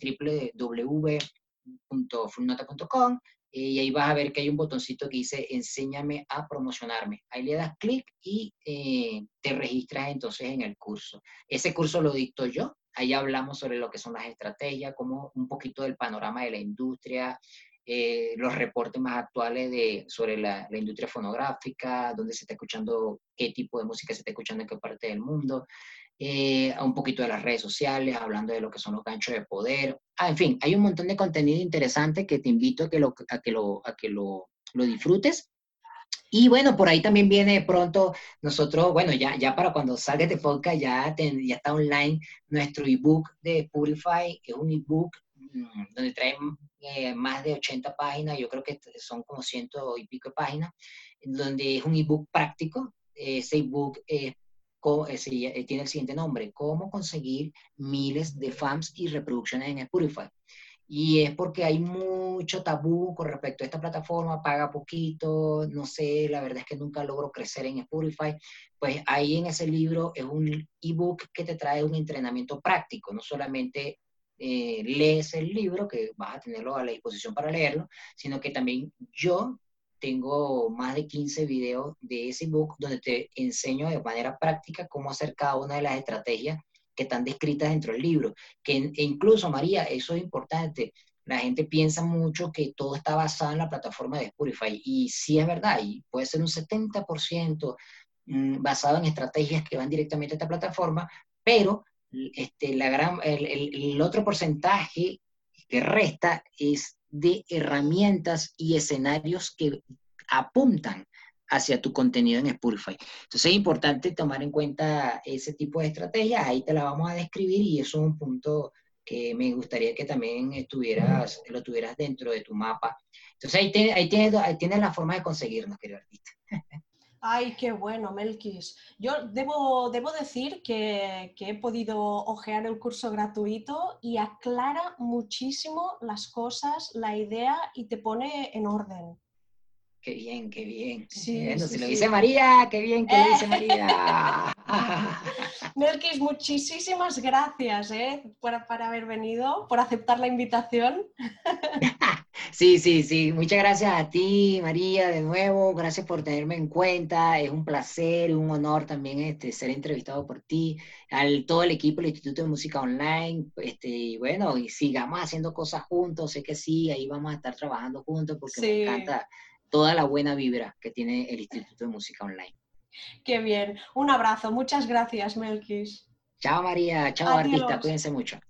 www.fullnota.com y ahí vas a ver que hay un botoncito que dice enséñame a promocionarme. Ahí le das clic y te registras entonces en el curso. Ese curso lo dicto yo. Ahí hablamos sobre lo que son las estrategias, como un poquito del panorama de la industria, los reportes más actuales sobre la industria fonográfica, dónde se está escuchando, qué tipo de música se está escuchando en qué parte del mundo, un poquito de las redes sociales, hablando de lo que son los ganchos de poder. En fin, hay un montón de contenido interesante que te invito a que lo disfrutes. Y bueno, por ahí también viene pronto nosotros, bueno, ya para cuando salga este podcast ya está online nuestro ebook de Purify, que es un ebook donde trae más de 80 páginas, yo creo que son como ciento y pico de páginas, donde es un ebook práctico ese ebook tiene el siguiente nombre: Cómo conseguir miles de fans y reproducciones en Spotify. Y es porque hay mucho tabú con respecto a esta plataforma, paga poquito, no sé, la verdad es que nunca logro crecer en Spotify. Pues ahí en ese libro es un ebook que te trae un entrenamiento práctico, no solamente lees el libro, que vas a tenerlo a la disposición para leerlo, sino que también yo tengo más de 15 videos de ese ebook donde te enseño de manera práctica cómo hacer cada una de las estrategias que están descritas dentro del libro. E incluso, María, eso es importante. La gente piensa mucho que todo está basado en la plataforma de Spotify, y sí es verdad, y puede ser un 70% basado en estrategias que van directamente a esta plataforma, pero el otro porcentaje que resta es de herramientas y escenarios que apuntan hacia tu contenido en Spotify. Entonces es importante tomar en cuenta ese tipo de estrategias. Ahí te la vamos a describir, y eso es un punto que me gustaría que también lo tuvieras dentro de tu mapa. Entonces ahí tienes la forma de conseguirnos, querido artista. Ay, qué bueno, Melquis. Yo debo decir que he podido hojear el curso gratuito y aclara muchísimo las cosas, la idea y te pone en orden. Qué bien, qué bien. Sí, Bueno, sí, si lo dice sí. María, qué bien que lo dice María. Melquis, muchísimas gracias por haber venido, por aceptar la invitación. Sí, sí, sí. Muchas gracias a ti, María, de nuevo. Gracias por tenerme en cuenta. Es un placer y un honor también ser entrevistado por ti, todo el equipo del Instituto de Música Online. Y bueno, y sigamos haciendo cosas juntos. Sé que sí, ahí vamos a estar trabajando juntos porque me Sí, encanta toda la buena vibra que tiene el Instituto de Música Online. qué bien. Un abrazo. Muchas gracias, Melquis. Chao, María. Chao, artista. Adiós. Cuídense mucho.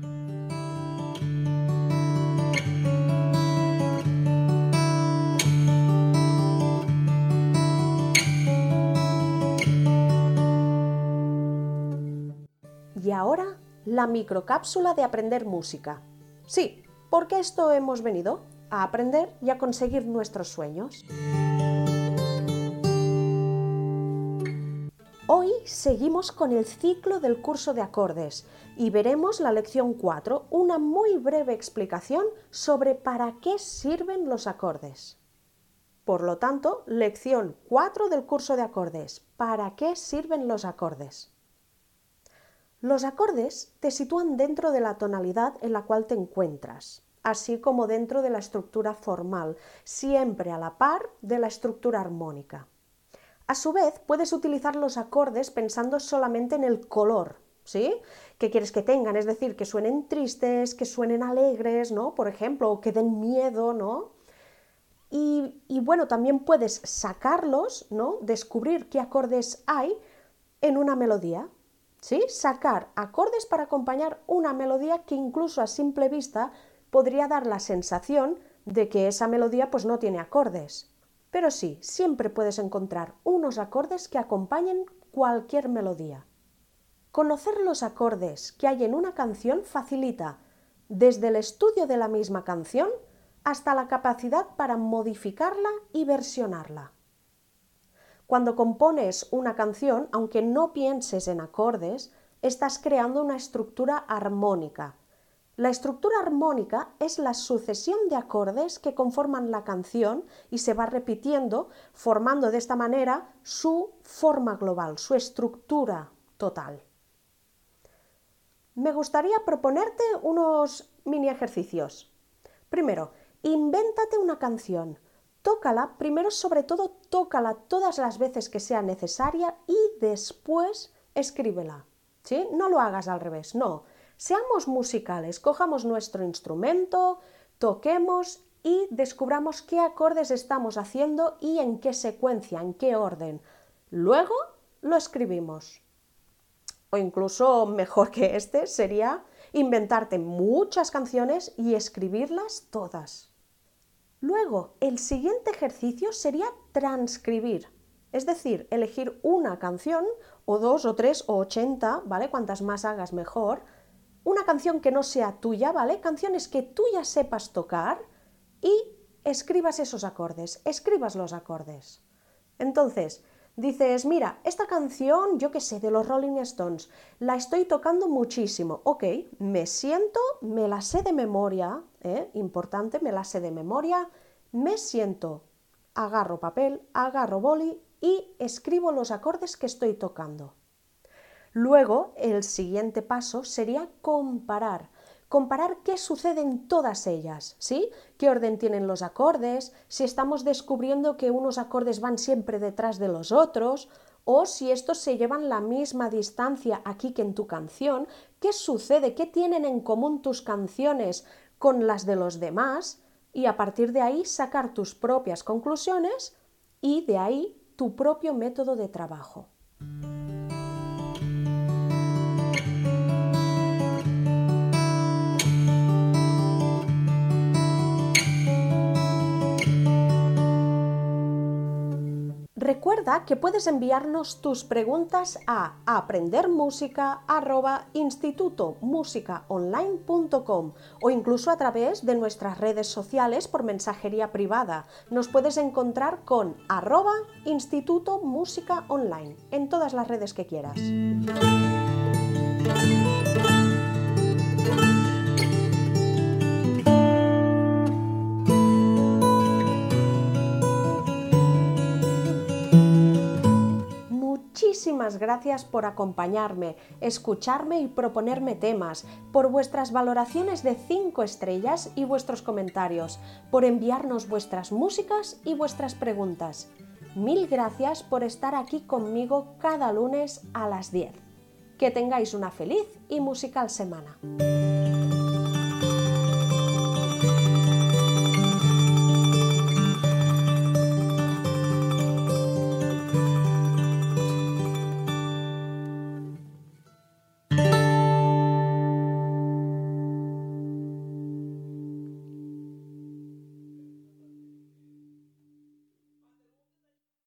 Y ahora, la microcápsula de aprender música. Sí, porque esto hemos venido, a aprender y a conseguir nuestros sueños. Hoy seguimos con el ciclo del curso de acordes y veremos la lección 4, una muy breve explicación sobre para qué sirven los acordes. Por lo tanto, lección 4 del curso de acordes, ¿para qué sirven los acordes? Los acordes te sitúan dentro de la tonalidad en la cual te encuentras, así como dentro de la estructura formal, siempre a la par de la estructura armónica. A su vez, puedes utilizar los acordes pensando solamente en el color, ¿sí? ¿Qué quieres que tengan? Es decir, que suenen tristes, que suenen alegres, ¿no? Por ejemplo, o que den miedo, ¿no? Y bueno, también puedes sacarlos, ¿no? Descubrir qué acordes hay en una melodía, ¿sí? Sacar acordes para acompañar una melodía que incluso a simple vista podría dar la sensación de que esa melodía pues no tiene acordes. Pero sí, siempre puedes encontrar unos acordes que acompañen cualquier melodía. Conocer los acordes que hay en una canción facilita desde el estudio de la misma canción hasta la capacidad para modificarla y versionarla. Cuando compones una canción, aunque no pienses en acordes, estás creando una estructura armónica. La estructura armónica es la sucesión de acordes que conforman la canción y se va repitiendo, formando de esta manera su forma global, su estructura total. Me gustaría proponerte unos mini ejercicios. Primero, invéntate una canción. Tócala, primero sobre todo tócala todas las veces que sea necesaria y después escríbela. ¿Sí? No lo hagas al revés, no. Seamos musicales, cojamos nuestro instrumento, toquemos y descubramos qué acordes estamos haciendo y en qué secuencia, en qué orden. Luego lo escribimos. O incluso mejor que este sería inventarte muchas canciones y escribirlas todas. Luego, el siguiente ejercicio sería transcribir, es decir, elegir una canción, o dos, o tres, o 80, ¿vale? Cuantas más hagas mejor. Una canción que no sea tuya, ¿vale? Canciones que tú ya sepas tocar y escribas esos acordes, escribas los acordes. Entonces, Dices, mira, esta canción, yo qué sé, de los Rolling Stones, la estoy tocando muchísimo. Ok, me siento, me la sé de memoria, importante, me la sé de memoria, me siento, agarro papel, agarro boli y escribo los acordes que estoy tocando. Luego, el siguiente paso sería comparar. Comparar qué sucede en todas ellas, ¿sí? ¿Qué orden tienen los acordes? Si estamos descubriendo que unos acordes van siempre detrás de los otros, o si estos se llevan la misma distancia aquí que en tu canción, ¿qué sucede? ¿Qué tienen en común tus canciones con las de los demás? Y a partir de ahí sacar tus propias conclusiones y de ahí tu propio método de trabajo. Recuerda que puedes enviarnos tus preguntas a aprendermusica@institutomusicaonline.com o incluso a través de nuestras redes sociales por mensajería privada. Nos puedes encontrar con @institutomusicaonline en todas las redes que quieras. Muchísimas gracias por acompañarme, escucharme y proponerme temas, por vuestras valoraciones de 5 estrellas y vuestros comentarios, por enviarnos vuestras músicas y vuestras preguntas. Mil gracias por estar aquí conmigo cada lunes a las 10. Que tengáis una feliz y musical semana.